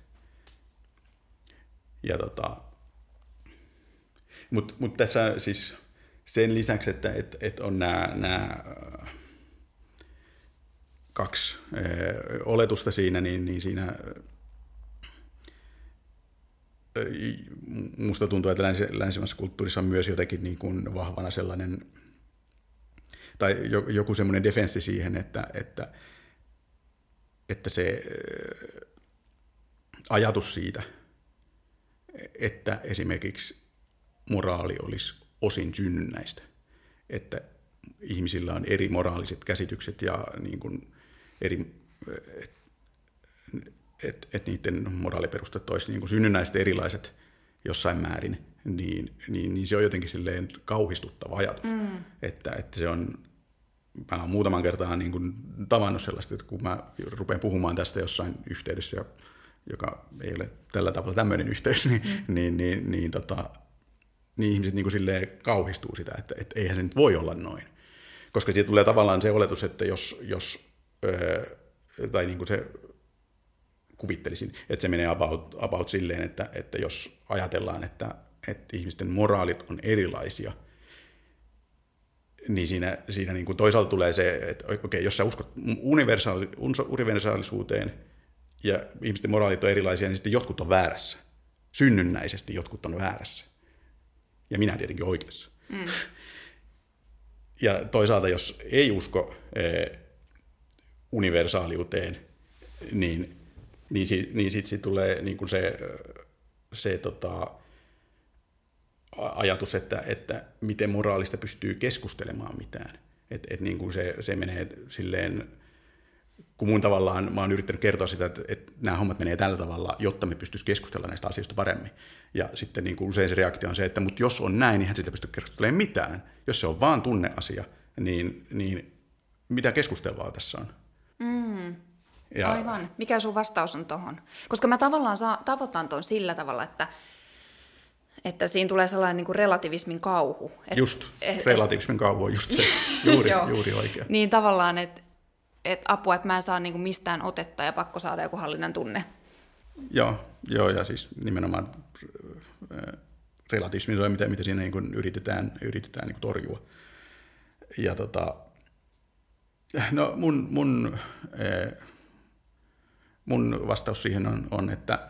Ja tota, mutta mut tässä siis sen lisäksi, että et, et on nämä, nämä kaksi ö, oletusta siinä, niin, niin siinä ö, musta tuntuu, että länsi, länsimaisessa kulttuurissa on myös jotenkin niin kuin vahvana sellainen, tai joku semmoinen defenssi siihen, että, että, että se ö, ajatus siitä, että esimerkiksi moraali olisi osin synnynnäistä, että ihmisillä on eri moraaliset käsitykset ja niin kuin eri, että et, et niiden moraaliperustat olisi niin kuin synnynnäistä erilaiset jossain määrin, niin, niin, niin se on jotenkin silleen kauhistuttava ajatus, mm. että, että se on, mä olen muutaman kertaa niin kuin tavannut sellaista, että kun mä rupean puhumaan tästä jossain yhteydessä, joka ei ole tällä tavalla tämmöinen yhteys, niin, mm. niin, niin, niin, tota, niin ihmiset niin kuin silleen kauhistuu sitä, että, että eihän se nyt voi olla noin. Koska siitä tulee tavallaan se oletus, että jos, jos öö, tai niin kuin se kuvittelisin, että se menee about, about silleen, että, että jos ajatellaan, että, että ihmisten moraalit on erilaisia, niin siinä, siinä niin kuin toisaalta tulee se, että okei, jos sä uskot universaali, universaalisuuteen ja ihmisten moraalit on erilaisia, niin sitten jotkut on väärässä. Synnynnäisesti jotkut on väärässä. Ja minä tietenkin oikeassa. Mm. Ja toisaalta, jos ei usko eh, universaaliuteen, niin, niin, si, niin sitten sit tulee niin kuin se, se tota, ajatus, että, että miten moraalista pystyy keskustelemaan mitään. Että et niin kuin se, se menee silleen, kun mun tavallaan mä oon yrittänyt kertoa sitä, että, että nämä hommat menee tällä tavalla, jotta me pystyisi keskustella näistä asioista paremmin. Ja sitten niin kuin usein se reaktio on se, että mutta jos on näin, niin hän sitä pysty keskustelemaan mitään. Jos se on vaan tunneasia, niin, niin mitä keskustelua tässä on? Mm. Ja aivan. Mikä sun vastaus on tohon? Koska mä tavallaan saa, tavoitan ton sillä tavalla, että, että siinä tulee sellainen niin kuin relativismin kauhu. Et, just, et, relativismin kauhu on just se, juuri, juuri oikea. Niin tavallaan, että et apua, että mä en saa niin kuin mistään otetta ja pakko saada joku hallinnän tunne. Joo, joo ja siis nimenomaan relativismi on mitä, mitä siinä niin kuin yritetään, yritetään niin kuin torjua. Ja tota, no mun, mun, mun vastaus siihen on, on että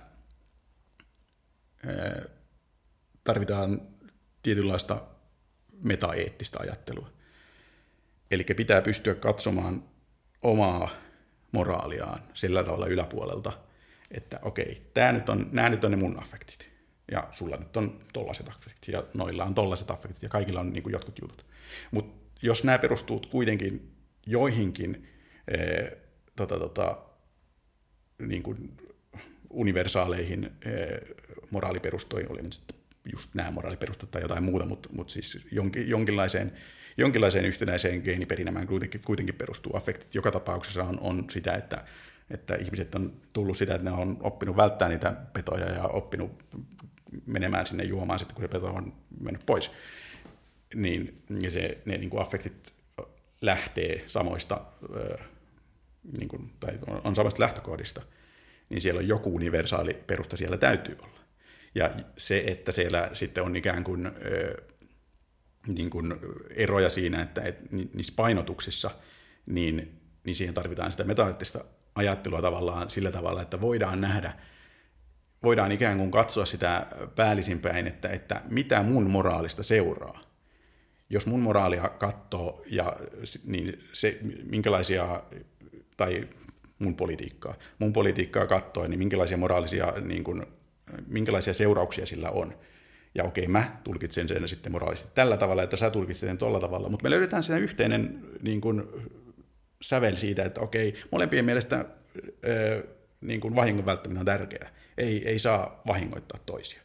tarvitaan tietynlaista metaeettistä ajattelua. Eli pitää pystyä katsomaan omaa moraaliaan sillä tavalla yläpuolelta, että okei, tää nyt on, nämä nyt on ne mun affektit, ja sulla nyt on tollaiset affektit, ja noilla on tollaiset affektit, ja kaikilla on niin kuin jotkut jutut. Mutta jos nämä perustuu kuitenkin joihinkin ee, tota, tota, niin kuin universaaleihin ee, moraaliperustoihin, oli sitten just nämä moraaliperustat tai jotain muuta, mutta mut siis jonkin, jonkinlaiseen, jonkinlaiseen yhtenäiseen geeniperinämään kuitenkin, kuitenkin perustuu affektit. Joka tapauksessa on, on sitä, että, että ihmiset on tullut sitä, että ne on oppinut välttää niitä petoja ja oppinut menemään sinne juomaan sitten, kun se peto on mennyt pois. Niin ja se, ne niin kuin affektit lähtee samoista, niin kuin, tai on samasta lähtökohdista, niin siellä on joku universaali perusta siellä täytyy olla. Ja se, että siellä sitten on ikään kuin, niin kuin eroja siinä, että, että niissä painotuksissa, niin, niin siihen tarvitaan sitä metaeettistä ajattelua tavallaan sillä tavalla, että voidaan nähdä, voidaan ikään kuin katsoa sitä päällisinpäin, että, että mitä mun moraalista seuraa. Jos mun moraalia katsoo, ja, niin se, minkälaisia, tai mun politiikkaa, mun politiikkaa katsoo, niin minkälaisia moraalisia, niin kuin, minkälaisia seurauksia sillä on. Ja okei, mä tulkitsen sen sitten moraalisesti tällä tavalla, että sä tulkitset sen tolla tavalla, mutta me löydetään siinä yhteinen niin kuin, sävel siitä, että okei, molempien mielestä äh, niin kuin vahingon välttäminen on tärkeää. Ei, ei saa vahingoittaa toisia.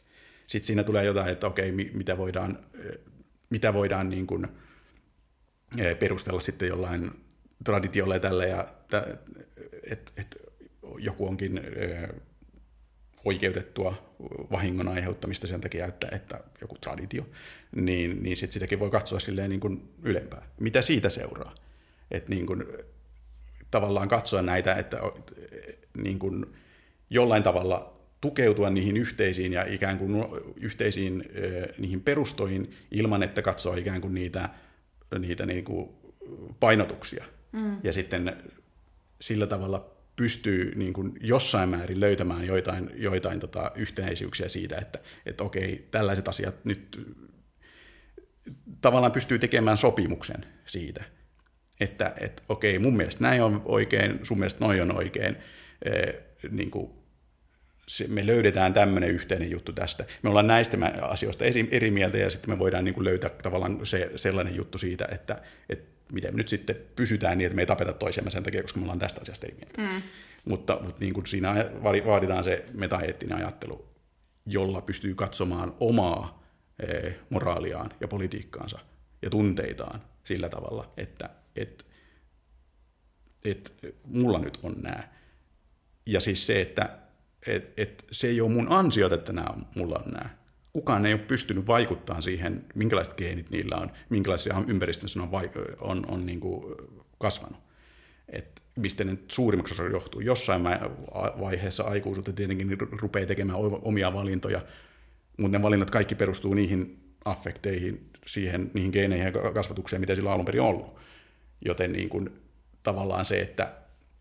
Sitten siinä tulee jotain, että okei, mitä voidaan, mitä voidaan niin kuin perustella sitten jollain traditiolla ja tällä, ja että et joku onkin oikeutettua vahingon aiheuttamista sen takia, että, että joku traditio, niin, niin sitten sitäkin voi katsoa silleen niin kuin ylempää. Mitä siitä seuraa? Että niin kuin tavallaan katsoa näitä, että niin kuin jollain tavalla tukeutua niihin yhteisiin ja ikään kuin yhteisiin niihin perustoihin ilman, että katsoo ikään kuin niitä, niitä niin kuin painotuksia. Mm. Ja sitten sillä tavalla pystyy niin kuin jossain määrin löytämään joitain, joitain tota yhtenäisyyksiä siitä, että, että okei, tällaiset asiat nyt tavallaan pystyy tekemään sopimuksen siitä, että, että okei, mun mielestä näin on oikein, sun mielestä noi on oikein, e, niin kuin se, me löydetään tämmöinen yhteinen juttu tästä. Me ollaan näistä asioista eri, eri mieltä, ja sitten me voidaan niin kuin löytää tavallaan se, sellainen juttu siitä, että, että miten me nyt sitten pysytään niin, että me ei tapeta toisiamme sen takia, koska me ollaan tästä asiasta eri mieltä. Mm. Mutta, mutta niin kuin siinä vaaditaan se metaeettinen ajattelu, jolla pystyy katsomaan omaa e, moraaliaan ja politiikkaansa ja tunteitaan sillä tavalla, että et, et, mulla nyt on nämä. Ja siis se, että et, et, se ei ole mun ansiota, että nämä, mulla on nämä. Kukaan ei ole pystynyt vaikuttamaan siihen, minkälaiset geenit niillä on, minkälaisia ympäristössä on, vaik- on, on niin kuin kasvanut. Et mistä ne suurimmaksi osa johtuu. Jossain vaiheessa aikuisuutta tietenkin rupeaa tekemään omia valintoja, mutta ne valinnat kaikki perustuu niihin affekteihin, siihen, niihin geeneihin ja kasvatukseen, mitä sillä on alun perin ollut. Joten niin kuin, tavallaan se, että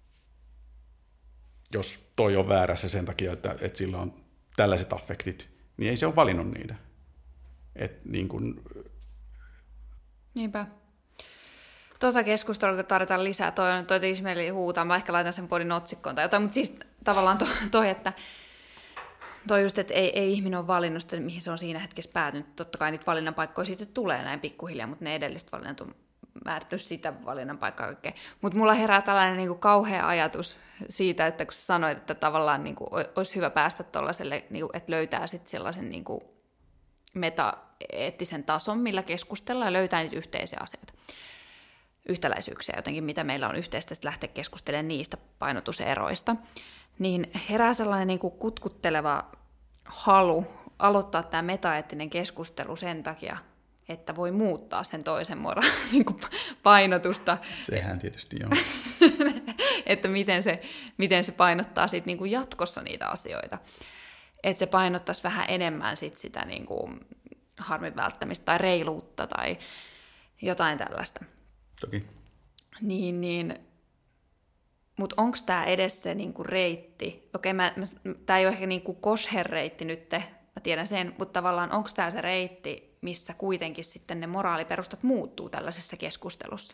jos toi on väärässä sen takia, että, että sillä on tällaiset affektit, niin ei se ole valinnut niitä. Et niin kuin... Niinpä. Tuota keskustelua, kun tarvitaan lisää, toi on toi Ismail huutaa, mä ehkä laitan sen podin otsikkoon tai jotain, mutta siis tavallaan toi, toi että toi just, että ei, ei ihminen ole valinnut sitä, mihin se on siinä hetkessä päätynyt. Totta kai niitä valinnan paikkoja siitä tulee näin pikkuhiljaa, mutta ne edelliset valinnat on määrittänyt sitä valinnan paikkaa kaikkea. Mutta mulla herää tällainen niin kuin kauhea ajatus siitä, että kun sä sanoit, että tavallaan niin kuin olisi hyvä päästä tuollaiselle, niin kuin, että löytää sitten sellaisen niin kuin metaeettisen tason, millä keskustellaan ja löytää niitä yhteisiä asioita. Yhtäläisyyksiä jotenkin, mitä meillä on yhteistä, sitten lähteä keskustelemaan niistä painotuseroista, niin herää sellainen niin kuin kutkutteleva halu aloittaa tämä metaeettinen keskustelu sen takia, että voi muuttaa sen toisen mora- niin kuin painotusta. Sehän tietysti on. Että miten se, miten se painottaa sit niin kuin jatkossa niitä asioita. Että se painottaisi vähän enemmän sit sitä niin kuin harmin välttämistä tai reiluutta tai jotain tällaista. Toki. Niin, niin. Mutta onko tämä edes se niinku reitti? Okei, tämä ei ole ehkä niinku kosher-reitti nyt, mä tiedän sen, mutta tavallaan onko tämä se reitti, missä kuitenkin sitten ne moraaliperustat muuttuu tällaisessa keskustelussa?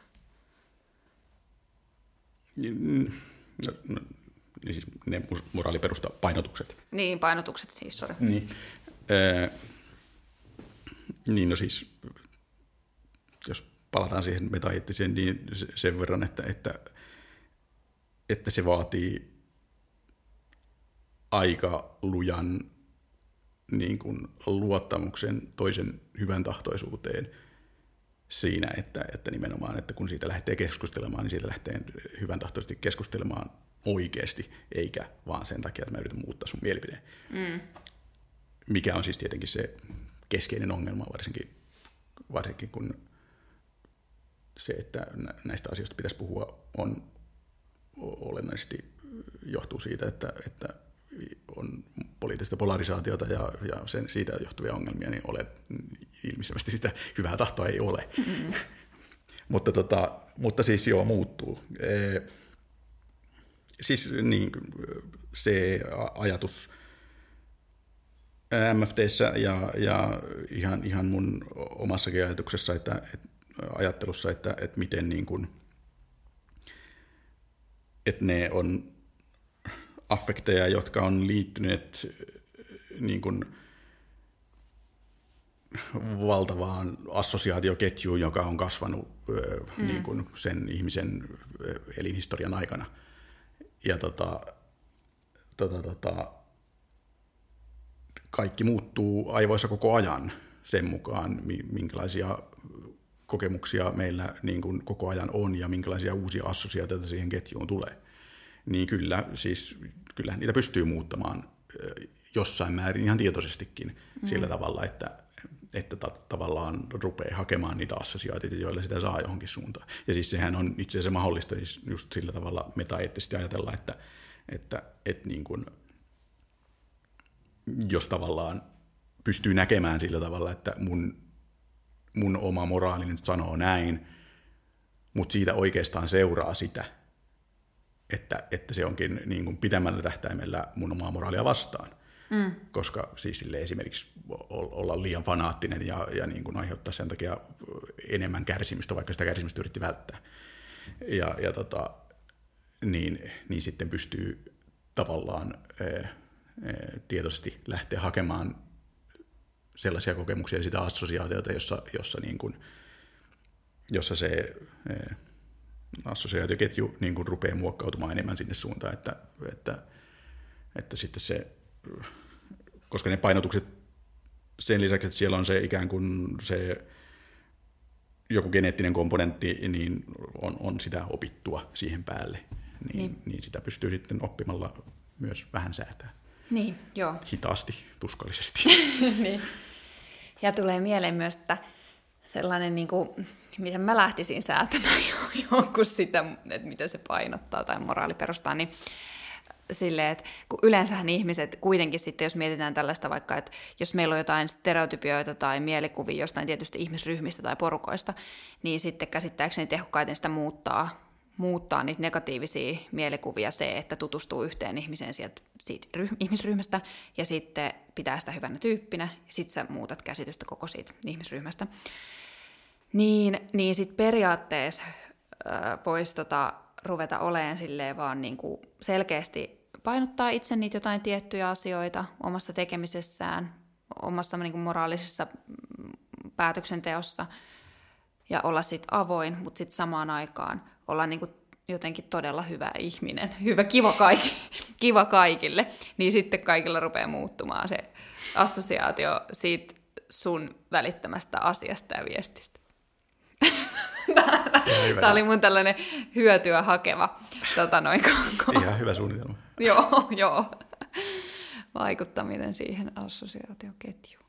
No, no, niin siis ne moraaliperusta painotukset. Niin, painotukset siis, sori. Niin, äh, niin, no siis, jos palataan siihen metaeettiseen, niin sen verran, että, että, että se vaatii aika lujan niin kuin luottamuksen toisen hyvän tahtoisuuteen siinä, että, että nimenomaan, että kun siitä lähtee keskustelemaan, niin siitä lähtee hyvän tahtoisesti keskustelemaan oikeasti, eikä vaan sen takia, että mä yritän muuttaa sun mielipideen. Mm. Mikä on siis tietenkin se keskeinen ongelma, varsinkin, varsinkin kun se, että näistä asioista pitäisi puhua, on olennaisesti johtuu siitä, että, että on poliittista polarisaatiota ja, ja sen, siitä johtuvia ongelmia, niin olet ilmiselvästi sitä hyvää tahtoa ei ole. Mm-hmm. mutta, tota, mutta siis joo, muuttuu. E, siis niin, se ajatus M F T:ssä ja, ja ihan, ihan mun omassakin ajatuksessa, että, että ajattelussa, että, että miten niin kuin, että ne on affekteja, jotka on liittyneet niin kuin valtavaan assosiaatioketjuun, joka on kasvanut mm. niin kuin sen ihmisen elinhistorian aikana. Ja tota, tota, tota, kaikki muuttuu aivoissa koko ajan sen mukaan, minkälaisia kokemuksia meillä niin kuin koko ajan on ja minkälaisia uusia assosiaatioita siihen ketjuun tulee. Niin kyllä, siis, kyllä niitä pystyy muuttamaan jossain määrin ihan tietoisestikin mm. sillä tavalla, että, että ta- tavallaan rupeaa hakemaan niitä assosiaatioita, joilla sitä saa johonkin suuntaan. Ja siis sehän on itse asiassa mahdollista siis just sillä tavalla metaeettisesti ajatella, että, että, että niin kuin, jos tavallaan pystyy näkemään sillä tavalla, että mun, mun oma moraali nyt sanoo näin, mutta siitä oikeastaan seuraa sitä, että, että se onkin niin kuin pitemmällä tähtäimellä mun omaa moraalia vastaan. Mm. Koska siis sille esimerkiksi olla liian fanaattinen ja, ja niin kuin aiheuttaa sen takia enemmän kärsimystä, vaikka sitä kärsimystä yritti välttää. Ja, ja tota, niin, niin sitten pystyy tavallaan ää, tietoisesti lähteä hakemaan sellaisia kokemuksia ja sitä assosiaatiota, jossa, jossa, niin kuin, jossa se ää, assosiaatioketju niin kuin rupeaa muokkautumaan enemmän sinne suuntaan, että, että, että sitten se, koska ne painotukset sen lisäksi, että siellä on se ikään kuin se joku geneettinen komponentti, niin on, on sitä opittua siihen päälle, niin, niin. niin sitä pystyy sitten oppimalla myös vähän säätämään. Niin, joo. Hitaasti, tuskallisesti. Niin. Ja tulee mieleen myös, että sellainen, niin kuin, miten mä lähtisin säätämään jonkun sitä, että miten se painottaa tai moraali perustaa, niin silleen, että kun yleensähän ihmiset kuitenkin sitten, jos mietitään tällaista vaikka, että jos meillä on jotain stereotypioita tai mielikuvia jostain tietysti ihmisryhmistä tai porukoista, niin sitten käsittääkseni tehokkaiten sitä muuttaa, muuttaa niitä negatiivisia mielikuvia se, että tutustuu yhteen ihmiseen sieltä siitä ryh- ihmisryhmästä ja sitten pitää sitä hyvänä tyyppinä ja sitten sä muutat käsitystä koko siitä ihmisryhmästä. Niin, niin sitten periaatteessa äh, voisi tota, ruveta olemaan silleen vaan niinku selkeästi painottaa itse niitä jotain tiettyjä asioita omassa tekemisessään, omassa niinku moraalisessa päätöksenteossa ja olla sitten avoin, mutta sitten samaan aikaan olla niinku jotenkin todella hyvä ihminen, hyvä, kiva, kaikki, kiva kaikille, niin sitten kaikilla rupeaa muuttumaan se assosiaatio siitä sun välittämästä asiasta ja viestistä. Tämä oli mun tällainen hyötyä hakeva tota noin koko. Ihan hyvä suunnitelma. Joo, joo. Vaikuttaminen siihen assosiaatioketjuun.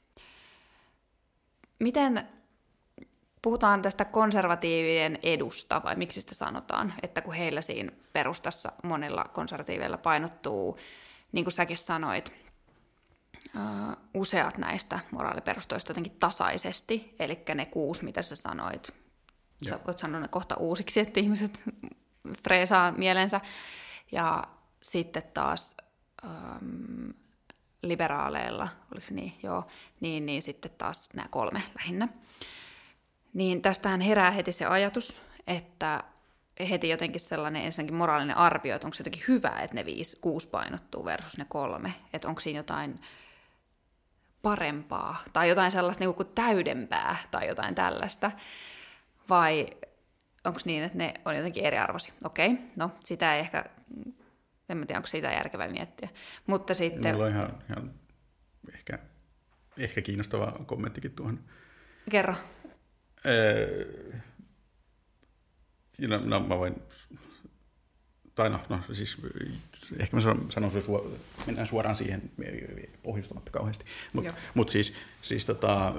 Miten puhutaan tästä konservatiivien edusta, vai miksi sitä sanotaan, että kun heillä siinä perustassa monilla konservatiiveilla painottuu, niin kuin säkin sanoit, uh, useat näistä moraaliperustoista jotenkin tasaisesti, eli ne kuusi, mitä sä sanoit. Sä ja. voit sanoa ne kohta uusiksi, että ihmiset freesaa mielensä. Ja sitten taas um, liberaaleilla, oliko se niin? Joo, niin, niin sitten taas nämä kolme lähinnä. Niin tästähän herää heti se ajatus, että heti jotenkin sellainen ensinnäkin moraalinen arvio, että onko se jotenkin hyvä, että ne viisi, kuusi painottuu versus ne kolme, että onko siinä jotain parempaa tai jotain sellaista niin kuin täydempää tai jotain tällaista, vai onko niin, että ne on jotenkin eriarvoisia? Okei, no sitä ei ehkä, en tiedä, onko siitä järkevää miettiä, mutta sitten... Mulla on ihan, ihan ehkä, ehkä kiinnostava kommenttikin tuohon. Kerro. Öö, no, no mä voin, tai no, no siis ehkä mä sanon, sanon suor, mennään suoraan siihen pohjustamatta kauheasti, mutta mut siis, siis tota,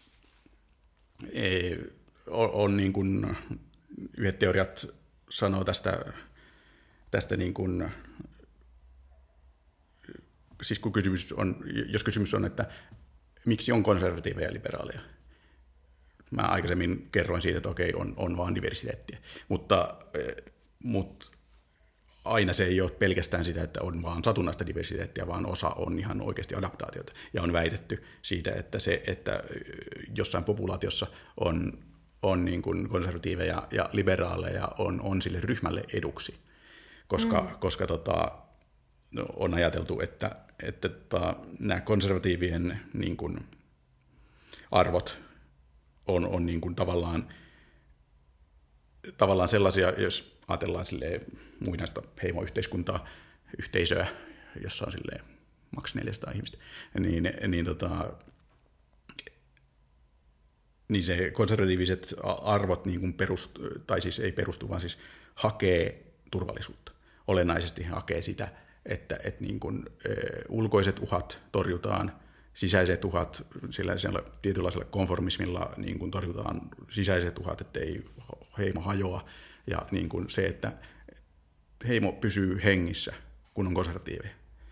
e, on, on niin kuin, yhdet teoriat sanoo tästä, tästä niin kuin, siis kun kysymys on, jos kysymys on, että miksi on konservatiiveja ja liberaaleja, mä aikaisemmin kerroin siitä, että okei, on, on vaan diversiteettiä, mutta, mutta aina se ei ole pelkästään sitä, että on vaan satunnaista diversiteettiä, vaan osa on ihan oikeasti adaptaatiota. Ja on väitetty siitä, että se, että jossain populaatiossa on, on niin kuin konservatiiveja ja liberaaleja, on, on sille ryhmälle eduksi, koska, mm. koska tota, on ajateltu, että, että tota, nämä konservatiivien niin kuin arvot on, on niin kuin tavallaan, tavallaan sellaisia, jos ajatellaan silleen muinaista heimoyhteiskuntaa, yhteisöä, jossa on silleen maks neljäsataa ihmistä, niin, niin, tota, niin se konservatiiviset arvot niin kuin perust, tai siis ei perustu, vaan siis hakee turvallisuutta. Olennaisesti hakee sitä, että, että niin kuin, ö, ulkoiset uhat torjutaan, sisäiset uhat, sillä tietynlaisella konformismilla niin kuin torjutaan sisäiset uhat, ettei heimo hajoa, ja niin kuin se, että heimo pysyy hengissä, kun on konservatiiveja.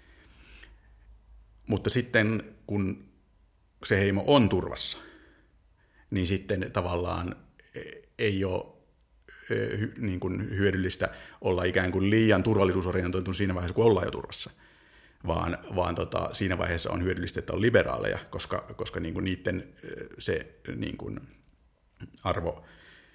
Mutta sitten, kun se heimo on turvassa, niin sitten tavallaan ei ole niin kuin hyödyllistä olla ikään kuin liian turvallisuusorientoitunut siinä vaiheessa, kun ollaan jo turvassa. Vaan, vaan tota, siinä vaiheessa on hyödyllistä, että on liberaaleja, koska, koska niin kuin niiden se niin kuin arvo,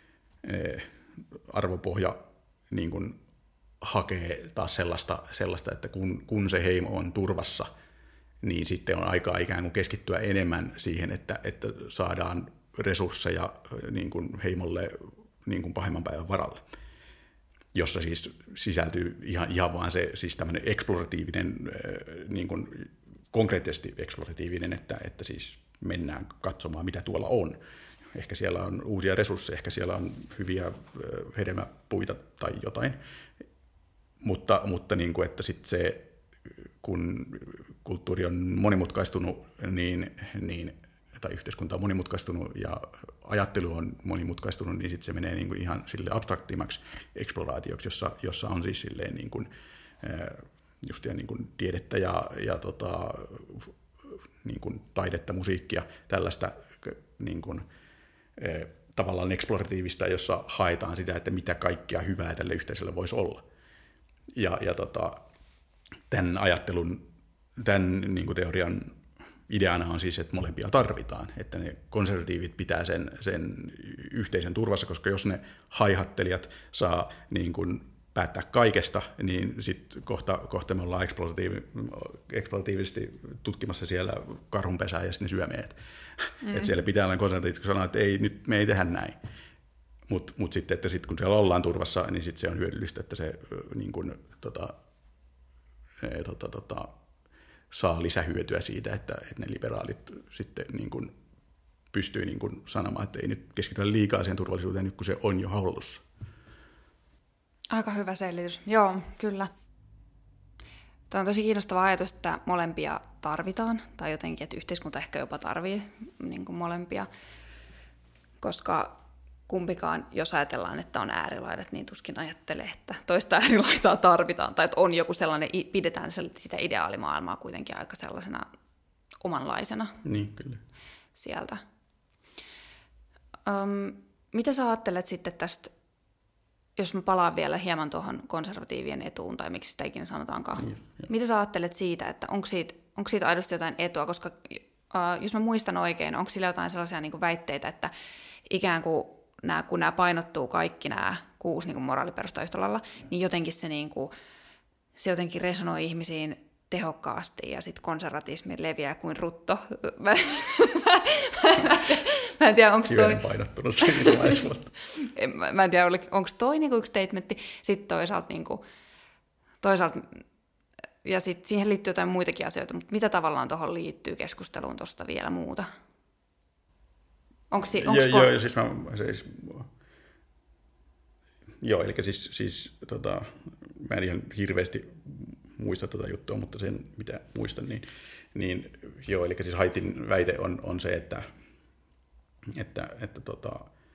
arvopohja niin kuin hakee taas sellaista, sellaista että kun, kun se heimo on turvassa, niin sitten on aikaa ikään kuin keskittyä enemmän siihen, että, että saadaan resursseja niin kuin heimolle niin kuin pahemman päivän varalle, jossa siis sisältyy ihan, ihan vaan se siis tämmöinen eksploratiivinen, niin kuin konkreettisesti eksploratiivinen, että, että siis mennään katsomaan, mitä tuolla on. Ehkä siellä on uusia resursseja, ehkä siellä on hyviä hedelmäpuita tai jotain, mutta, mutta niin kuin, että sitten se, kun kulttuuri on monimutkaistunut, niin, niin tai yhteiskunta on monimutkaistunut ja ajattelu on monimutkaistunut, niin sitten se menee niin kuin ihan sille abstraktimaksi eksploraatioksi, jossa, jossa on siis silleen niin kuin, just niin kuin tiedettä ja, ja tota, niin kuin taidetta, musiikkia, tällaista niin kuin, tavallaan eksploratiivista, jossa haetaan sitä, että mitä kaikkea hyvää tälle yhteisölle voisi olla. Ja, ja tota, tämän ajattelun, tämän niin kuin teorian ideana on siis, että molempia tarvitaan, että ne konservatiivit pitää sen, sen yhteisön turvassa, koska jos ne haihattelijat saa niin kuin päättää kaikesta, niin sitten kohta, kohta me ollaan eksploratiiv, eksploratiivisesti tutkimassa siellä karhunpesää ja sitten ne syö meidät. Mm. Että siellä pitää olla konservatiivit, kun sanoo, että ei, nyt me ei tehdä näin. Mutta mut sitten, että sit kun siellä ollaan turvassa, niin sitten se on hyödyllistä, että se niin kuin, tota, e, tota, tota, saa lisähyötyä siitä, että, että ne liberaalit sitten niin kuin pystyy niin kuin sanomaan, että ei nyt keskitytä liikaa siihen turvallisuuteen, nyt kun se on jo hallussa. Aika hyvä selitys. Joo, kyllä. Tuo on tosi kiinnostava ajatus, että molempia tarvitaan, tai jotenkin, että yhteiskunta ehkä jopa tarvii niin kuin molempia, koska kumpikaan, jos ajatellaan, että on äärilaidat, niin tuskin ajattelee, että toista äärilaitaa tarvitaan, tai että on joku sellainen, pidetään sitä ideaalimaailmaa kuitenkin aika sellaisena omanlaisena. Niin, kyllä. Sieltä. Um, mitä sä ajattelet sitten tästä, jos mä palaan vielä hieman tuohon konservatiivien etuun, tai miksi sitä ikinä sanotaankaan. Niin, mitä sä ajattelet siitä, että onko siitä, onko siitä aidosti jotain etua, koska uh, jos mä muistan oikein, onko sillä jotain sellaisia niin kuin väitteitä, että ikään kuin Nämä, kun nämä painottuu kaikki nämä kuusi niin kuin moraaliperusta yhtä lailla, niin jotenkin se, niin kuin, se jotenkin resonoi ihmisiin tehokkaasti ja sitten konservatismi leviää kuin rutto. Mä, mä, mä, mä en tiedä, onko toi... painottunut siinä mä, mä en tiedä, onko toi niin kuin yksi statementti. Sitten toisaalta, niin kuin, toisaalta ja sitten siihen liittyy jotain muitakin asioita, mutta mitä tavallaan tuohon liittyy keskusteluun tuosta vielä muuta? Onko si, onko joo, joo, siis mä, siis, joo, eli siis, siis tota, mä en ihan hirveästi muista tätä tota juttua, mutta sen mitä muistan, niin, niin joo, eli siis Haitin väite on, on se, että, että, että tota,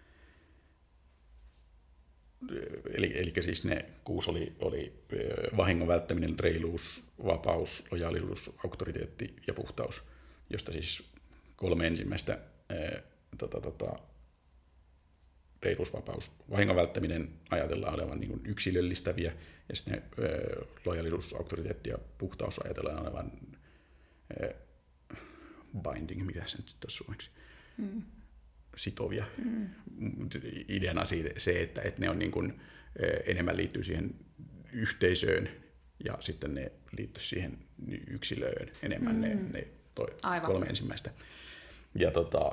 eli, eli siis ne kuusi oli, oli vahingon välttäminen, reiluus, vapaus, lojaalisuus, auktoriteetti ja puhtaus, josta siis kolme ensimmäistä Tota, tota, reiluus, vapaus, vahingon välttäminen ajatellaan olevan niin kuin yksilöllistäviä, ja sitten ne ö, lojaalisuus, auktoriteetti ja puhtaus ajatellaan olevan ö, binding, mitä se nyt sitten on suomeksi, mm. sitovia. Mm. Ideana siitä, se, että, että ne on niin kuin, ö, enemmän liittyy siihen yhteisöön, ja sitten ne liittyy siihen yksilöön enemmän, mm. ne, ne toi, kolme ensimmäistä. Ja tota,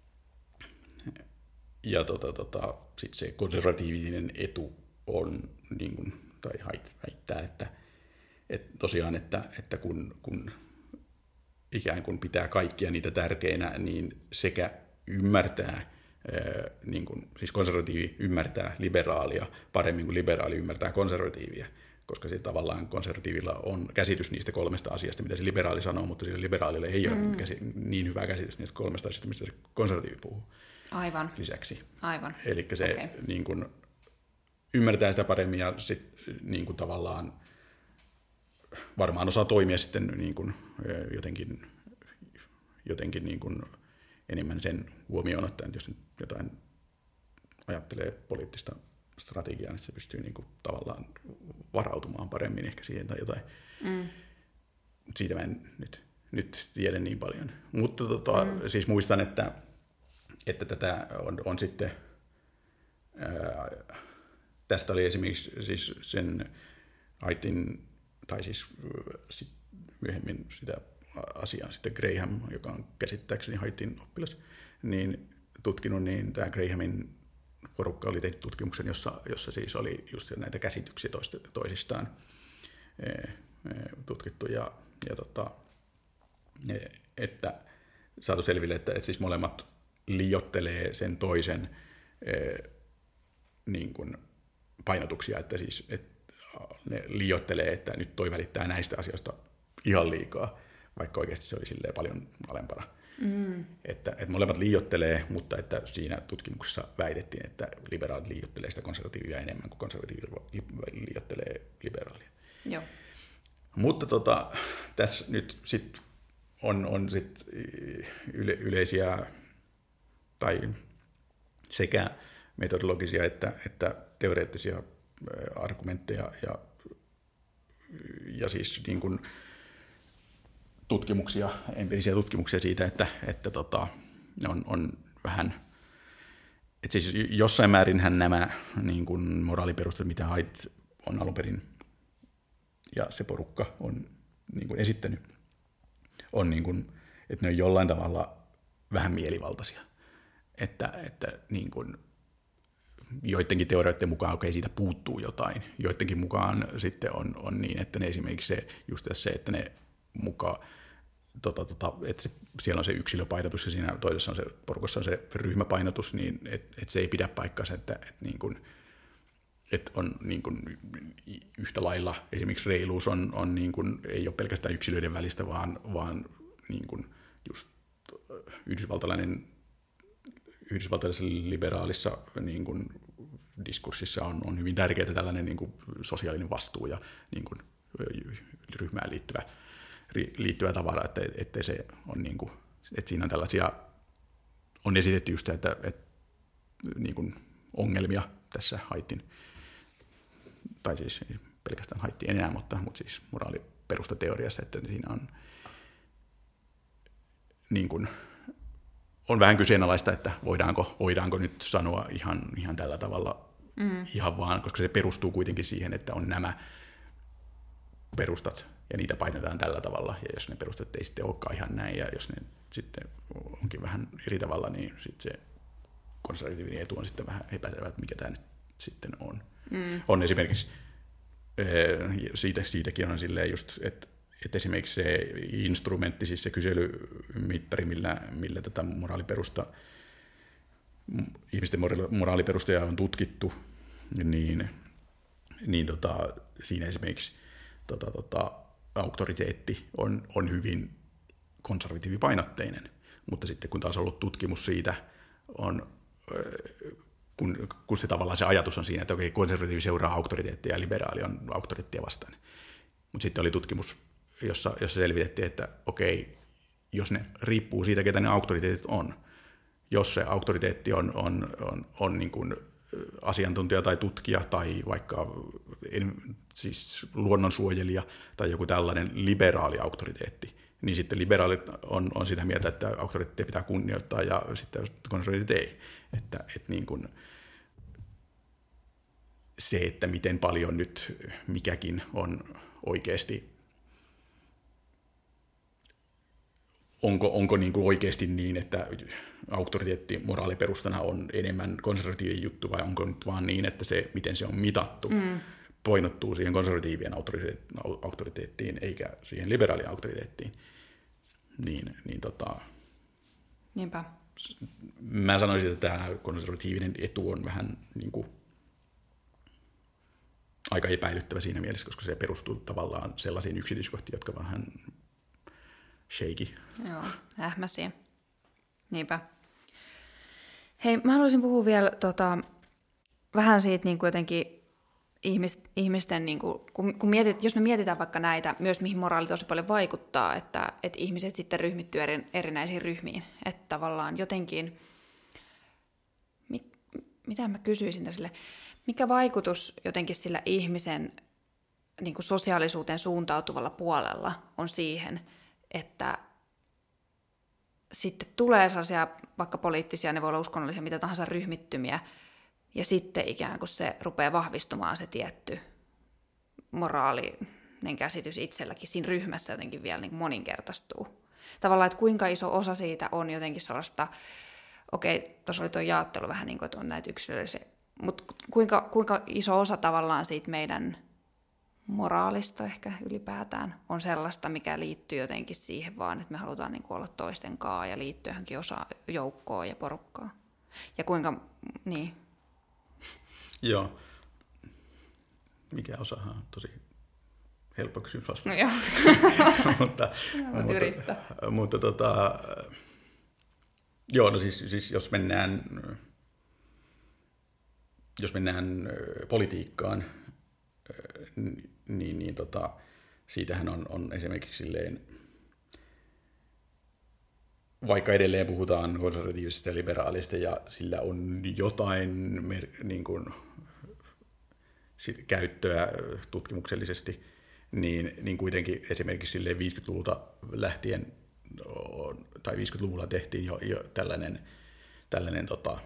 Ja tota, tota, sitten se konservatiivinen etu on, niin kuin, tai väittää, että, että tosiaan, että, että kun, kun ikään kuin pitää kaikkia niitä tärkeinä, niin sekä ymmärtää, niin kuin, siis konservatiivi ymmärtää liberaalia paremmin kuin liberaali ymmärtää konservatiivia, koska se tavallaan konservatiivilla on käsitys niistä kolmesta asiasta, mitä se liberaali sanoo, mutta sillä liberaalilla ei mm. ole käsi, niin hyvää käsitys niistä kolmesta asiasta, mistä se konservatiivi puhuu. Aivan. Lisäksi. Aivan. Eli se okay. niin kuin, ymmärtää sitä paremmin ja sit, niin kuin, tavallaan varmaan osaa toimia sitten niin kuin, jotenkin, jotenkin niin kuin, enemmän sen huomioon ottaen, jos nyt jotain ajattelee poliittista strategiaa, niin se pystyy niin kuin, tavallaan varautumaan paremmin ehkä siihen tai jotain. Mm. Siitä mä en nyt, nyt tiedä niin paljon. Mutta tota, mm. siis muistan, että, että tätä on, on sitten, ää, tästä oli esimerkiksi siis sen Haitin, tai siis sit myöhemmin sitä asiaa sitten Graham, joka on käsittääkseni Haitin oppilas, niin tutkinut, niin tämä Grahamin porukka oli tehty tutkimuksen, jossa, jossa siis oli just näitä käsityksiä toista, toisistaan e, e, tutkittu, ja, ja tota, e, että saatu selville, että, että siis molemmat liioittelee sen toisen e, niin kuin painotuksia, että siis että ne liioittelee, että nyt toi välittää näistä asioista ihan liikaa, vaikka oikeasti se oli silleen paljon alempana. Mm. Että, että molemmat liioittelee, mutta että siinä tutkimuksessa väitettiin, että liberaalit liioittelee sitä konservatiivia enemmän kuin konservatiivit liioittelee liberaalia. Joo. Mutta tota, tässä nyt sit on, on sit yle, yleisiä tai sekä metodologisia että, että teoreettisia argumentteja ja, ja siis niin kuin tutkimuksia, empiirisiä tutkimuksia siitä, että, että tota, on, on vähän, että siis jossain määrinhän nämä niin kuin moraaliperusteet, mitä Haidt on alun perin ja se porukka on niin kuin esittänyt, on niin kuin, että ne on jollain tavalla vähän mielivaltaisia, että, että niin kuin joidenkin teorioiden mukaan okei, siitä puuttuu jotain. Joidenkin mukaan sitten on, on niin, että ne esimerkiksi se, just se, että ne mukaan, tota, tota, että se, siellä on se yksilöpainotus ja siinä toisessa on se, porukassa on se ryhmäpainotus, niin että et se ei pidä paikkaansa, että et niin kuin, et on niin kuin yhtä lailla esimerkiksi reiluus on, on niin kuin, ei ole pelkästään yksilöiden välistä, vaan, vaan niin kuin just yhdysvaltalainen Yhdysvaltalaisessa liberaalissa niin kuin, diskurssissa on, on hyvin tärkeää tällainen niin kuin, sosiaalinen vastuu ja niin kuin, ryhmään liittyvä, liittyvä tavara, että, että, se on, niin kuin, että siinä on tällaisia, on esitetty just, että, että niin kuin, ongelmia tässä Haittin, tai siis ei pelkästään Haitti enää, mutta, mutta siis moraaliperustateoriassa, että siinä on niin kuin, on vähän kyseenalaista, että voidaanko, voidaanko nyt sanoa ihan, ihan tällä tavalla, mm. ihan vaan, koska se perustuu kuitenkin siihen, että on nämä perustat, ja niitä painetaan tällä tavalla, ja jos ne perustat ei sitten olekaan ihan näin, ja jos ne sitten onkin vähän eri tavalla, niin sitten se konservatiivinen etu on sitten vähän epäselvä, että mikä tämä nyt sitten on. Mm. On esimerkiksi, siitä, siitäkin on silleen just, että että esimerkiksi se instrumentti, siis se kyselymittari, millä, millä tätä moraaliperusta, ihmisten moraaliperustajaa on tutkittu, niin, niin tota, siinä esimerkiksi tota, tota, auktoriteetti on, on hyvin konservatiivipainotteinen, mutta sitten kun taas on ollut tutkimus siitä, on, kun, kun se tavallaan se ajatus on siinä, että okei, konservatiivi seuraa auktoriteettia ja liberaali on auktoriteettia vastaan. Mutta sitten oli tutkimus, jossa, jossa selvitettiin, että okei, jos ne riippuu siitä, ketä ne auktoriteetit on. Jos se auktoriteetti on, on, on, on niin kuin asiantuntija tai tutkija tai vaikka siis luonnonsuojelija tai joku tällainen liberaali auktoriteetti, niin sitten liberaalit on, on sitä mieltä, että auktoriteettia pitää kunnioittaa ja sitten konservatiivit ei. Että, että niin kuin se, että miten paljon nyt mikäkin on oikeasti, onko, onko niin kuin oikeasti niin, että auktoriteetti moraaliperustana on enemmän konservatiivinen juttu, vai onko nyt vaan niin, että se, miten se on mitattu, mm. painottuu siihen konservatiivien auktoriteettiin eikä siihen liberaaliin auktoriteettiin. niin, niin tota, Niinpä. mä sanoisin, että tämä konservatiivinen etu on vähän niin kuin aika epäilyttävä siinä mielessä, koska se perustuu tavallaan sellaisiin yksityiskohtiin, jotka vähän shaky. Joo, ähmäsiä. Niinpä. Hei, mä haluaisin puhua vielä tota, vähän siitä niin kuin jotenkin ihmis, ihmisten, niin kuin, kun, kun mietit, jos me mietitään vaikka näitä, myös mihin moraali tosi paljon vaikuttaa, että, että ihmiset sitten ryhmittyy eri, erinäisiin ryhmiin, että tavallaan jotenkin, mit, mitä mä kysyisin täsille, mikä vaikutus jotenkin sillä ihmisen niin kuin sosiaalisuuteen suuntautuvalla puolella on siihen, että sitten tulee sellaisia vaikka poliittisia, ne voi olla uskonnollisia, mitä tahansa ryhmittymiä, ja sitten ikään kuin se rupeaa vahvistumaan se tietty moraalinen käsitys itselläkin siinä ryhmässä jotenkin vielä niin kuin moninkertaistuu. Tavallaan, että kuinka iso osa siitä on jotenkin sellaista, okei, tuossa oli tuo jaottelu vähän niin kuin, että on näitä yksilöllisiä, mutta kuinka, kuinka iso osa tavallaan siitä meidän moraalista ehkä ylipäätään on sellaista, mikä liittyy jotenkin siihen vaan, että me halutaan niin kuin olla toisten kaa ja liittyä johonkin osa joukkoon ja porukkaan. Ja kuinka, niin. Joo. Mikä osahan on tosi helppo kysymys vastata. No joo. mutta, mutta, yrittää. mutta tota, joo, no siis, siis jos mennään, jos mennään politiikkaan, niin, niin tota, siitähän on, on esimerkiksi silleen, vaikka edelleen puhutaan konservatiivisesta ja liberaalista ja sillä on jotain mer, niin kuin, käyttöä tutkimuksellisesti, niin, niin kuitenkin esimerkiksi silleen viisikymmentäluvulta lähtien tai viisikymmentäluvulla tehtiin jo, jo tällainen, tällainen tota,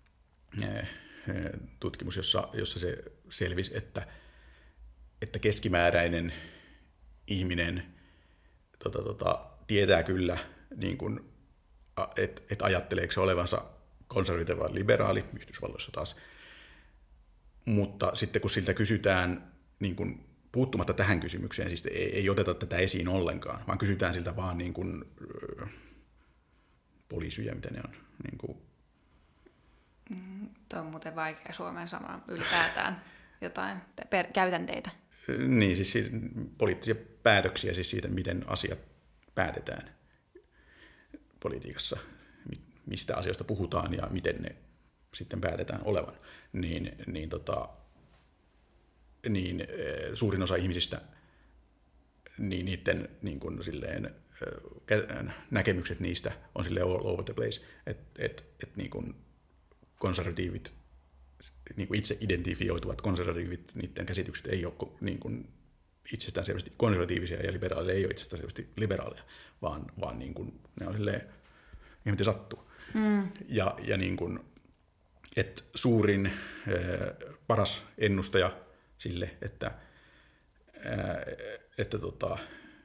tutkimus, jossa, jossa se selvisi, että että keskimääräinen ihminen tota, tota, tietää kyllä, niin kuin, että et ajatteleeko se olevansa konservatiivi vai liberaali, Yhdysvalloissa taas, mutta sitten kun siltä kysytään niin kuin, puuttumatta tähän kysymykseen, siis ei, ei oteta tätä esiin ollenkaan, vaan kysytään siltä vaan niin kuin, äh, poliisyjä, mitä ne on. Niin kuin. Mm, tuo on muuten vaikea Suomen sanoa ylipäätään jotain per- käytänteitä. Niin, siis, siis poliittisia päätöksiä siis siitä, miten asiat päätetään politiikassa, mistä asioista puhutaan ja miten ne sitten päätetään olevan, niin, niin, tota, niin suurin osa ihmisistä, niin niiden niin kuin silleen, näkemykset niistä on silleen all over the place, että et, et, niin kuin konservatiivit niin kuin itse identifioituvat konservatiivit, niiden käsitykset ei ole niin kuin itsestäänselvästi konservatiivisia ja liberaaleja ei ole itsestäänselvästi liberaaleja, vaan, vaan niin kuin, ne on silleen, ihan miten sattuu. Mm. Ja, ja niin kuin, että suurin, äh, paras ennustaja sille, että, äh, että tota,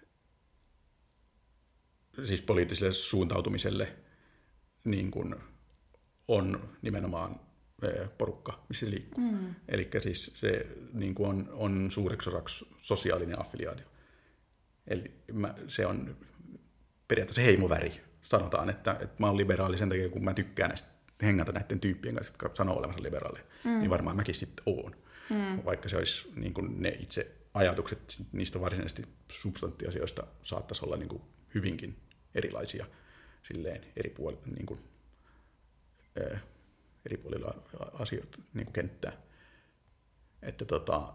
siis poliittiselle suuntautumiselle niin kuin on nimenomaan porukka, missä se liikkuu. Mm. Eli siis se niin kuin on, on suureksi osaksi sosiaalinen affiliaatio. Eli mä, se on periaatteessa heimoväri. Sanotaan, että, että mä oon liberaali sen takia, kun mä tykkään näistä, hengata näiden tyyppien kanssa, jotka sanoo olevansa liberaaleja, mm. niin varmaan mäkin sitten oon. Mm. Vaikka se olisi niin kuin ne itse ajatukset niistä varsinaisesti substanttiasioista saattaisi olla niin kuin hyvinkin erilaisia silleen eri puolilla, niin kuin, äh, eri puolilla asioita, niin kuin kenttää. Että tota,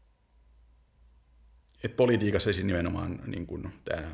et politiikassa siis nimenomaan niin kuin tämä,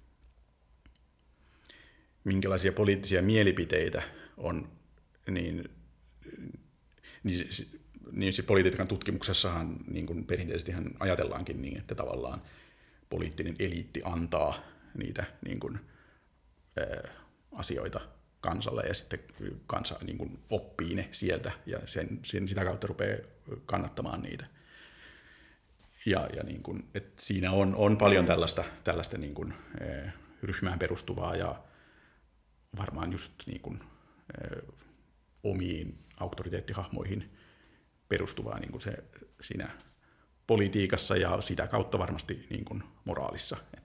minkälaisia poliittisia mielipiteitä on, niin, niin, niin siis politiikan tutkimuksessahan niin kuin perinteisesti ajatellaankin niin, että tavallaan poliittinen eliitti antaa niitä niin kuin, ää, asioita kansalle ja sitten kansa niin kuin oppii ne sieltä ja sen, sen, sitä kautta rupeaa kannattamaan niitä. Ja, ja niin kuin, että siinä on, on paljon tällaista, tällaista niin kuin, ää, ryhmään perustuvaa ja varmaan just niin kuin, ää, omiin auktoriteettihahmoihin perustuvaa niin kuin se siinä politiikassa ja sitä kautta varmasti niin kuin moraalissa, että,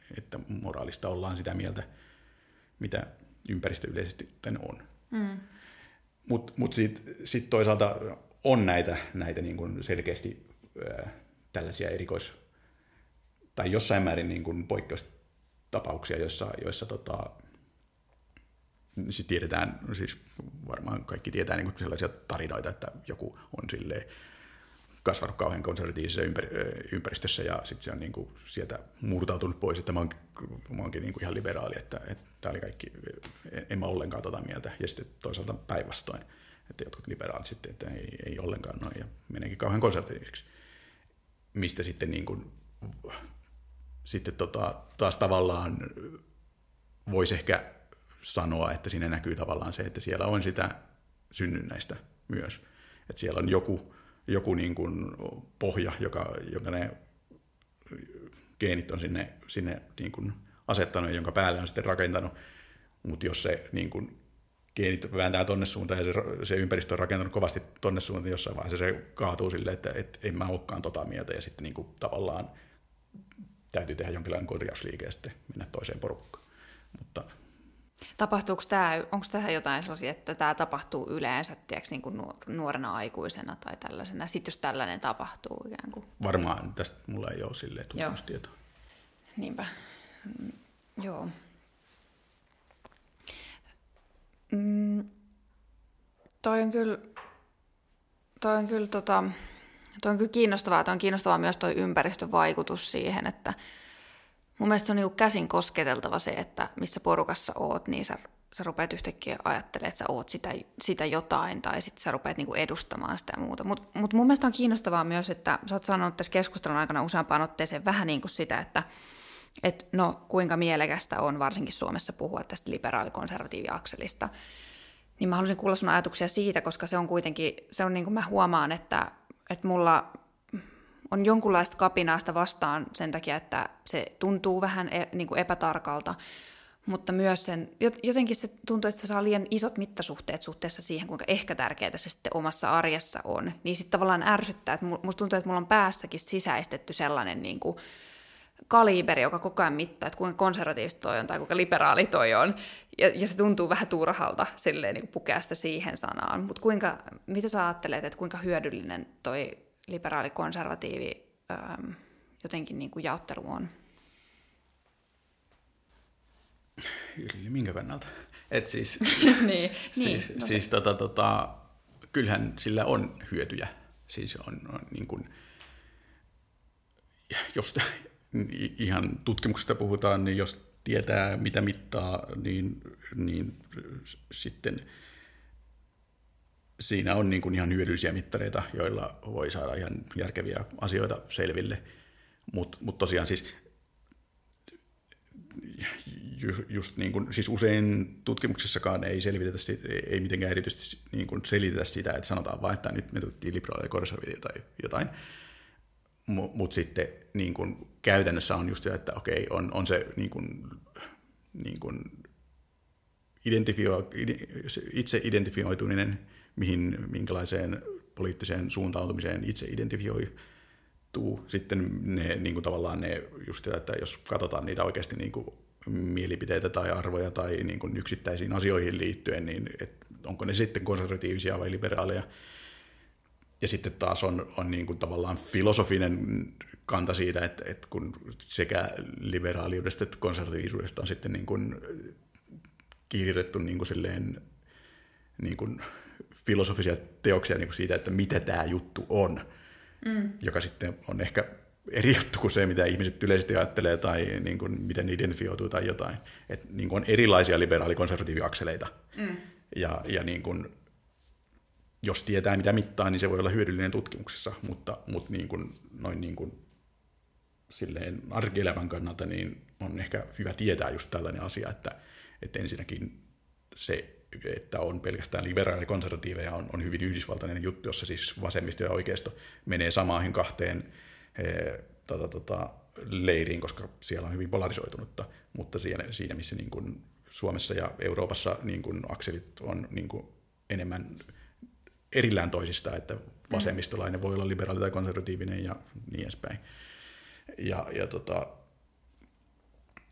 että moraalista ollaan sitä mieltä, mitä ympäristö yleisesti on. Mm. Mutta mut sitten sit toisaalta on näitä, näitä niin kuin selkeästi ää, tällaisia erikois- tai jossain määrin niin kuin poikkeustapauksia, joissa, joissa tota, sit tiedetään, siis varmaan kaikki tietää niin kuin sellaisia tarinoita, että joku on silleen kasvanut kauhean konservatiivisessa ympäristössä ja sitten se on niin kuin sieltä murtautunut pois, että mä, oon, mä oonkin niin kuin ihan liberaali, että, että tämä oli kaikki, en mä ollenkaan tota mieltä. Ja sitten toisaalta päinvastoin, että jotkut liberaalit sitten, että ei, ei ollenkaan noin ja meneekin kauhean konservatiiviseksi. Mistä sitten, niin kuin, sitten tota, taas tavallaan voisi ehkä sanoa, että siinä näkyy tavallaan se, että siellä on sitä synnynnäistä myös. Että siellä on joku joku niin kuin pohja, joka, joka ne geenit on sinne, sinne niin kuin asettanut ja jonka päälle on sitten rakentanut, mutta jos se niin kuin geenit vääntää tonne suuntaan ja se, se ympäristö on rakentanut kovasti tonne suuntaan, niin jossain vaiheessa se kaatuu silleen, että et, en mä olekaan tota mieltä ja sitten niin kuin tavallaan täytyy tehdä jonkinlainen korjausliike ja sitten mennä toiseen porukkaan. Mutta tapahtuuko tämä, onko tähän jotain sellaisia, että tämä tapahtuu yleensä tiedätkö, niin kuin nuorena aikuisena tai tällaisena? Sitten jos tällainen tapahtuu ikään kuin. Varmaan, tästä mulla ei ole silleen tutkimustietoa. Niinpä, mm, joo. Mm, toi on kyllä, toi on kyllä, tota, toi on kyllä kiinnostavaa, toi on kiinnostavaa myös toi ympäristövaikutus siihen, että mun mielestä se on niin käsin kosketeltava se, että missä porukassa oot, niin sä, sä rupeat yhtäkkiä ajattelemaan, että sä oot sitä, sitä jotain, tai sitten sä rupeat niin edustamaan sitä ja muuta. Mutta mut mun mielestä on kiinnostavaa myös, että sä oot sanonut tässä keskustelun aikana useampaan otteeseen vähän niin kuin sitä, että et no kuinka mielekästä on varsinkin Suomessa puhua tästä liberaali-konservatiivi-akselista. Niin mä haluaisin kuulla sun ajatuksia siitä, koska se on kuitenkin, se on niin kuin mä huomaan, että, että mulla on jonkunlaista kapinaasta vastaan sen takia, että se tuntuu vähän e, niin kuin epätarkalta, mutta myös sen, jotenkin se tuntuu, että se saa liian isot mittasuhteet suhteessa siihen, kuinka ehkä tärkeää se sitten omassa arjessa on. Niin sitten tavallaan ärsyttää, että musta tuntuu, että mulla on päässäkin sisäistetty sellainen niin kuin kaliberi, joka koko ajan mittaa, että kuinka konservatiivista toi on tai kuinka liberaali toi on. Ja, ja se tuntuu vähän turhalta silleen, niin kuin pukea sitä siihen sanaan. Mutta kuinka, mitä sä ajattelet, että kuinka hyödyllinen toi liberaali-konservatiivi ähm, jotenkin niin kuin jaottelu on? Minkä kannalta? Et siis, niin, siis, niin, no siis se. tota, tota, kyllähän sillä on hyötyjä. Siis on, on niin kuin, jos ihan tutkimuksesta puhutaan, niin jos tietää mitä mittaa, niin, niin sitten siinä on niin kuin ihan hyödyllisiä mittareita, joilla voi saada ihan järkeviä asioita selville. Mutta mut tosiaan siis, ju, just niin kuin, siis usein tutkimuksissakaan ei selvitetä, ei mitenkään erityisesti niin kuin selitetä sitä, että sanotaan vain, että nyt me tutkittiin liberaalia konservatiivia tai jotain. Mutta sitten niin kun käytännössä on just se, että okei, on, on se niin kun, niin kun identifio, itse identifioituminen, mihin, minkälaiseen poliittiseen suuntautumiseen itse identifioituu. Sitten ne, niin kun tavallaan ne just sitä, että jos katsotaan niitä oikeasti niin kun mielipiteitä tai arvoja tai niin kun yksittäisiin asioihin liittyen, niin et onko ne sitten konservatiivisia vai liberaaleja. Ja sitten taas on, on niin kuin tavallaan filosofinen kanta siitä, että, että kun sekä liberaaliudesta että konservatiivisuudesta on sitten niin kuin kirjoitettu niin kuin silleen, niin kuin filosofisia teoksia niin kuin siitä, että mitä tämä juttu on, mm. joka sitten on ehkä eri juttu kuin se, mitä ihmiset yleisesti ajattelee tai niin kuin miten ne identifioituu tai jotain. Että niin kuin on erilaisia liberaali-konservatiiviakseleita mm. ja, ja niin kuin jos tietää mitä mittaa, niin se voi olla hyödyllinen tutkimuksessa, mutta, mutta niin kuin, noin niin kuin, silleen arkielämän kannalta niin on ehkä hyvä tietää just tällainen asia, että, että ensinnäkin se, että on pelkästään liberaali konservatiiveja, on, on hyvin yhdysvaltainen juttu, jossa siis vasemmisto ja oikeisto menee samaahin kahteen he, tota, tota, leiriin, koska siellä on hyvin polarisoitunutta, mutta siinä, siinä missä niin kuin Suomessa ja Euroopassa niin kuin akselit on niin kuin enemmän erillään toisistaan, että vasemmistolainen voi olla liberaali tai konservatiivinen ja niin edespäin. Ja, ja tota,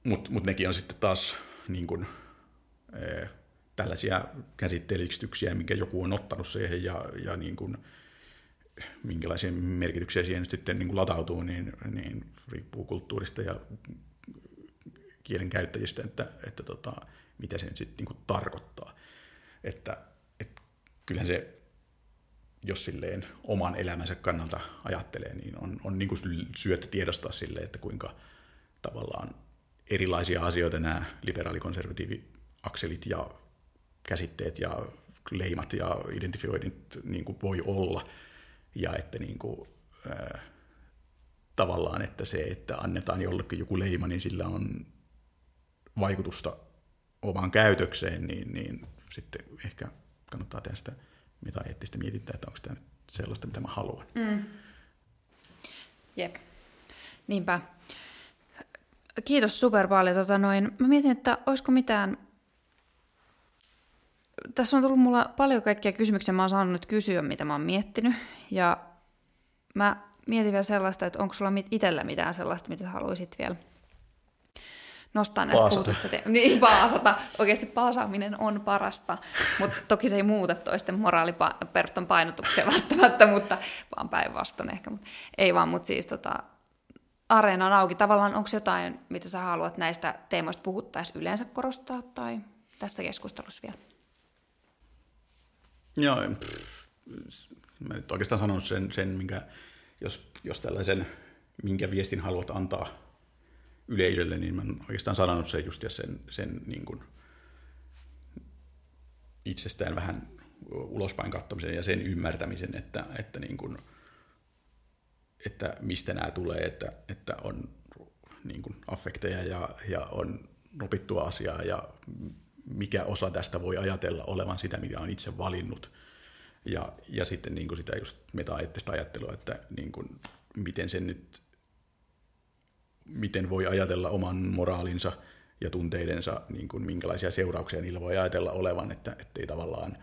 Mutta mut nekin on sitten taas niin kun, e, tällaisia käsitteellistyksiä, minkä joku on ottanut siihen ja, ja niin kun, minkälaisia merkityksiä siihen sitten niin kun latautuu, niin, niin riippuu kulttuurista ja kielen käyttäjistä, että, että tota, mitä se sitten niin kun tarkoittaa. Että, et, kyllähän se, jos silleen oman elämänsä kannalta ajattelee, niin on, on niin kuin syötä tiedostaa silleen, että kuinka tavallaan erilaisia asioita nämä liberaalikonservatiiviakselit ja käsitteet ja leimat ja identifioinnit niin kuin voi olla. Ja että niin kuin, äh, tavallaan, että se, että annetaan jollekin joku leima, niin sillä on vaikutusta omaan käytökseen, niin, niin sitten ehkä kannattaa tehdä sitä metaeettistä mietintää, että onko tämä sellaista, mitä mä haluan. Mm. Jep. Niinpä. Kiitos super paljon. Tota noin. Mä mietin, että olisiko mitään... Tässä on tullut mulla paljon kaikkia kysymyksiä. Mä oon saanut nyt kysyä, mitä mä oon miettinyt. Ja mä mietin vielä sellaista, että onko sulla itsellä mitään sellaista, mitä sä haluaisit vielä nostaa näistä puhutusta. Te- niin, paasata. Oikeasti paasaaminen on parasta, mutta toki se ei muuta toisten moraaliperustan painotuksia välttämättä, mutta vaan päinvastoin ehkä. Mut, ei vaan, mutta siis tota, areena on auki. Tavallaan onko jotain, mitä sä haluat näistä teemoista puhuttaisiin yleensä korostaa tai tässä keskustelussa vielä? Joo, mä nyt oikeastaan sanonut sen, sen minkä, jos, jos tällaisen, minkä viestin haluat antaa yleisölle, niin mä oon oikeastaan sanonut sen just ja sen, sen niin kuin itsestään vähän ulospäin katsomisen ja sen ymmärtämisen, että, että, niin kuin, että mistä nämä tulee, että, että on niin kuin affekteja ja, ja on opittua asiaa ja mikä osa tästä voi ajatella olevan sitä, mitä on itse valinnut. Ja, ja sitten niin kuin sitä just metaeettistä ajattelua, että niin kuin, miten sen nyt miten voi ajatella oman moraalinsa ja tunteidensa, niin kuin minkälaisia seurauksia niillä voi ajatella olevan, että ei tavallaan...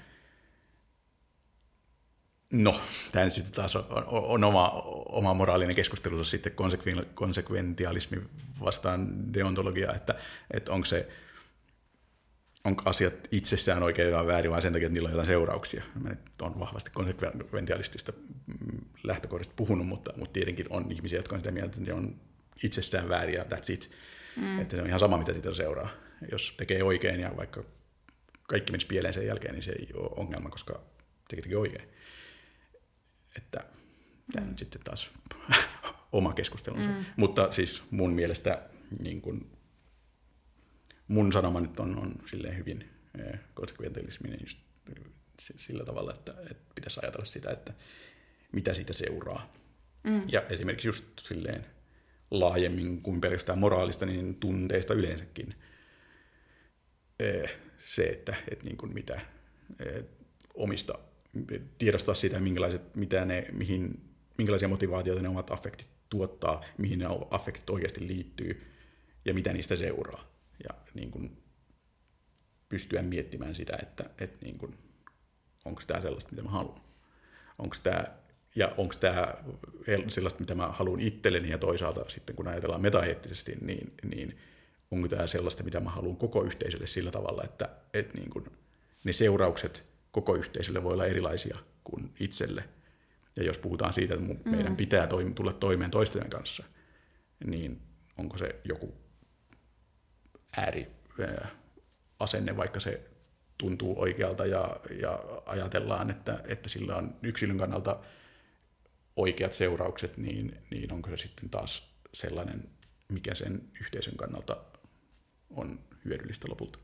No, tämä nyt sitten taas on, on oma, oma moraalinen keskustelunsa sitten konsekventialismi vastaan deontologia, että, että onko se... onko asiat itsessään oikein vai väärin, vai sen takia, että niillä on jotain seurauksia. Mä nyt olen vahvasti konsekventialistista lähtökohdista puhunut, mutta, mutta tietenkin on ihmisiä, jotka on sitä mieltä, että ne on itsessään väärin ja that's it. Mm. Että se on ihan sama, mitä siitä seuraa. Jos tekee oikein ja vaikka kaikki menisi pieleen sen jälkeen, niin se ei ole ongelma, koska tekeekin oikein. Että tämä mm. nyt sitten taas oma keskustelunsa. Mm. Mutta siis mun mielestä niin kun, mun sanoma nyt on, on silleen hyvin eh, konsekventialisminen just sillä tavalla, että, että pitäisi ajatella sitä, että mitä siitä seuraa. Mm. Ja esimerkiksi just silleen laajemmin kuin pelkästään moraalista, niin tunteista yleensäkin. Eh, se, että, että niin kuin mitä eh, omista, tiedostaa sitä, minkälaiset, mitä ne, mihin, minkälaisia motivaatioita ne omat affektit tuottaa, mihin ne affektit oikeasti liittyy ja mitä niistä seuraa. Ja niin kuin pystyä miettimään sitä, että, että niin kuin, onko tämä sellaista, mitä mä haluan. Onko tämä, ja onko tämä sellaista, mitä mä haluan itselleni, ja toisaalta sitten kun ajatellaan metaeettisesti, niin, niin onko tämä sellaista, mitä mä haluan koko yhteisölle sillä tavalla, että, että niin kuin ne seuraukset koko yhteisölle voi olla erilaisia kuin itselle. Ja jos puhutaan siitä, että meidän pitää toim- tulla toimeen toisten kanssa, niin onko se joku ääriasenne, vaikka se tuntuu oikealta ja, ja ajatellaan, että, että sillä on yksilön kannalta oikeat seuraukset, niin, niin onko se sitten taas sellainen, mikä sen yhteisön kannalta on hyödyllistä lopulta.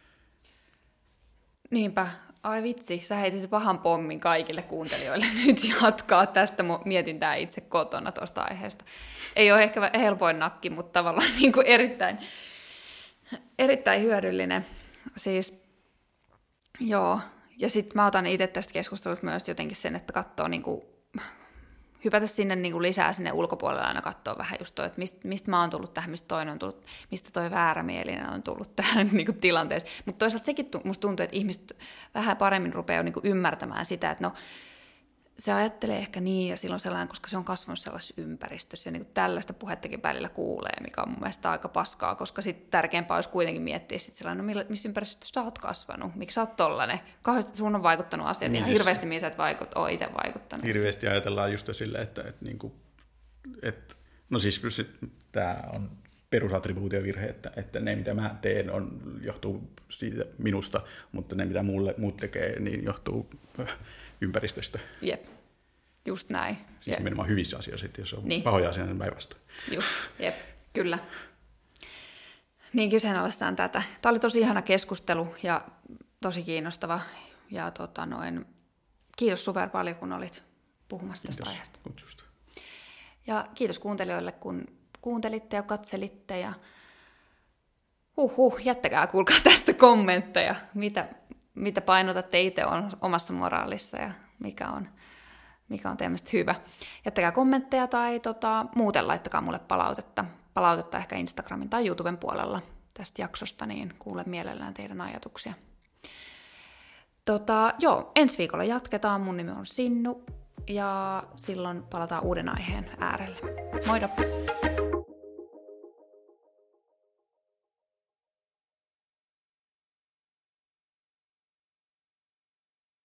Niinpä. Ai vitsi, sä heitit pahan pommin kaikille kuuntelijoille nyt jatkaa tästä mietintää itse kotona tuosta aiheesta. Ei ole ehkä helpoin nakki, mutta tavallaan niin kuin erittäin, erittäin hyödyllinen. Siis, joo. Ja sitten mä otan itse tästä keskustelusta myös jotenkin sen, että katsoo niin kuin, hypätä sinne niin kuin lisää sinne ulkopuolelle aina katsoa vähän just toi, että mistä, mistä mä oon tullut tähän, mistä toinen on tullut, mistä toi väärämielinen on tullut tähän niin kuin tilanteeseen. Mutta toisaalta sekin musta tuntuu, että ihmiset vähän paremmin rupeaa niin kuin ymmärtämään sitä, että no se ajattelee ehkä niin, ja silloin sellainen, koska se on kasvanut sellaisessa ympäristössä, ja niin kuin tällaista puhettakin välillä kuulee, mikä on mun mielestä aika paskaa, koska sitten tärkeämpää olisi kuitenkin miettiä sit sellainen, no missä ympäristössä sä oot kasvanut, miksi sä oot tollanen, kauheasti sun on vaikuttanut asiat, niin, ihan hirveästi mihin sä et vaikut, ole itse vaikuttanut. Hirveästi ajatellaan just silleen, että, että, että, että no siis tämä on perusattribuutiovirhe, että, että ne mitä mä teen on, johtuu siitä minusta, mutta ne mitä mulle, muut tekee, niin johtuu ympäristöstä. Jep, just näin. Siis jep. nimenomaan hyvissä asioissa, jos on niin. pahoja asioita, niin päinvastoin. Just, jep, kyllä. Niin kyseenalaistaan tätä. Tämä oli tosi ihana keskustelu ja tosi kiinnostava. Ja tota noin, kiitos super paljon, kun olit puhumassa kiitos tästä aiheesta. Kutsusta. Ja kiitos kuuntelijoille, kun kuuntelitte ja katselitte. Ja huhhuh, jättäkää kuulkaa tästä kommentteja, mitä, mitä painotatte itse on omassa moraalissa ja mikä on, mikä on teidän mielestä hyvä. Jättäkää kommentteja tai tota, muuten laittakaa mulle palautetta. Palautetta ehkä Instagramin tai YouTuben puolella tästä jaksosta, niin kuulen mielellään teidän ajatuksia. Tota, joo, ensi viikolla jatketaan. Mun nimi on Sinnu ja silloin palataan uuden aiheen äärelle. Moido!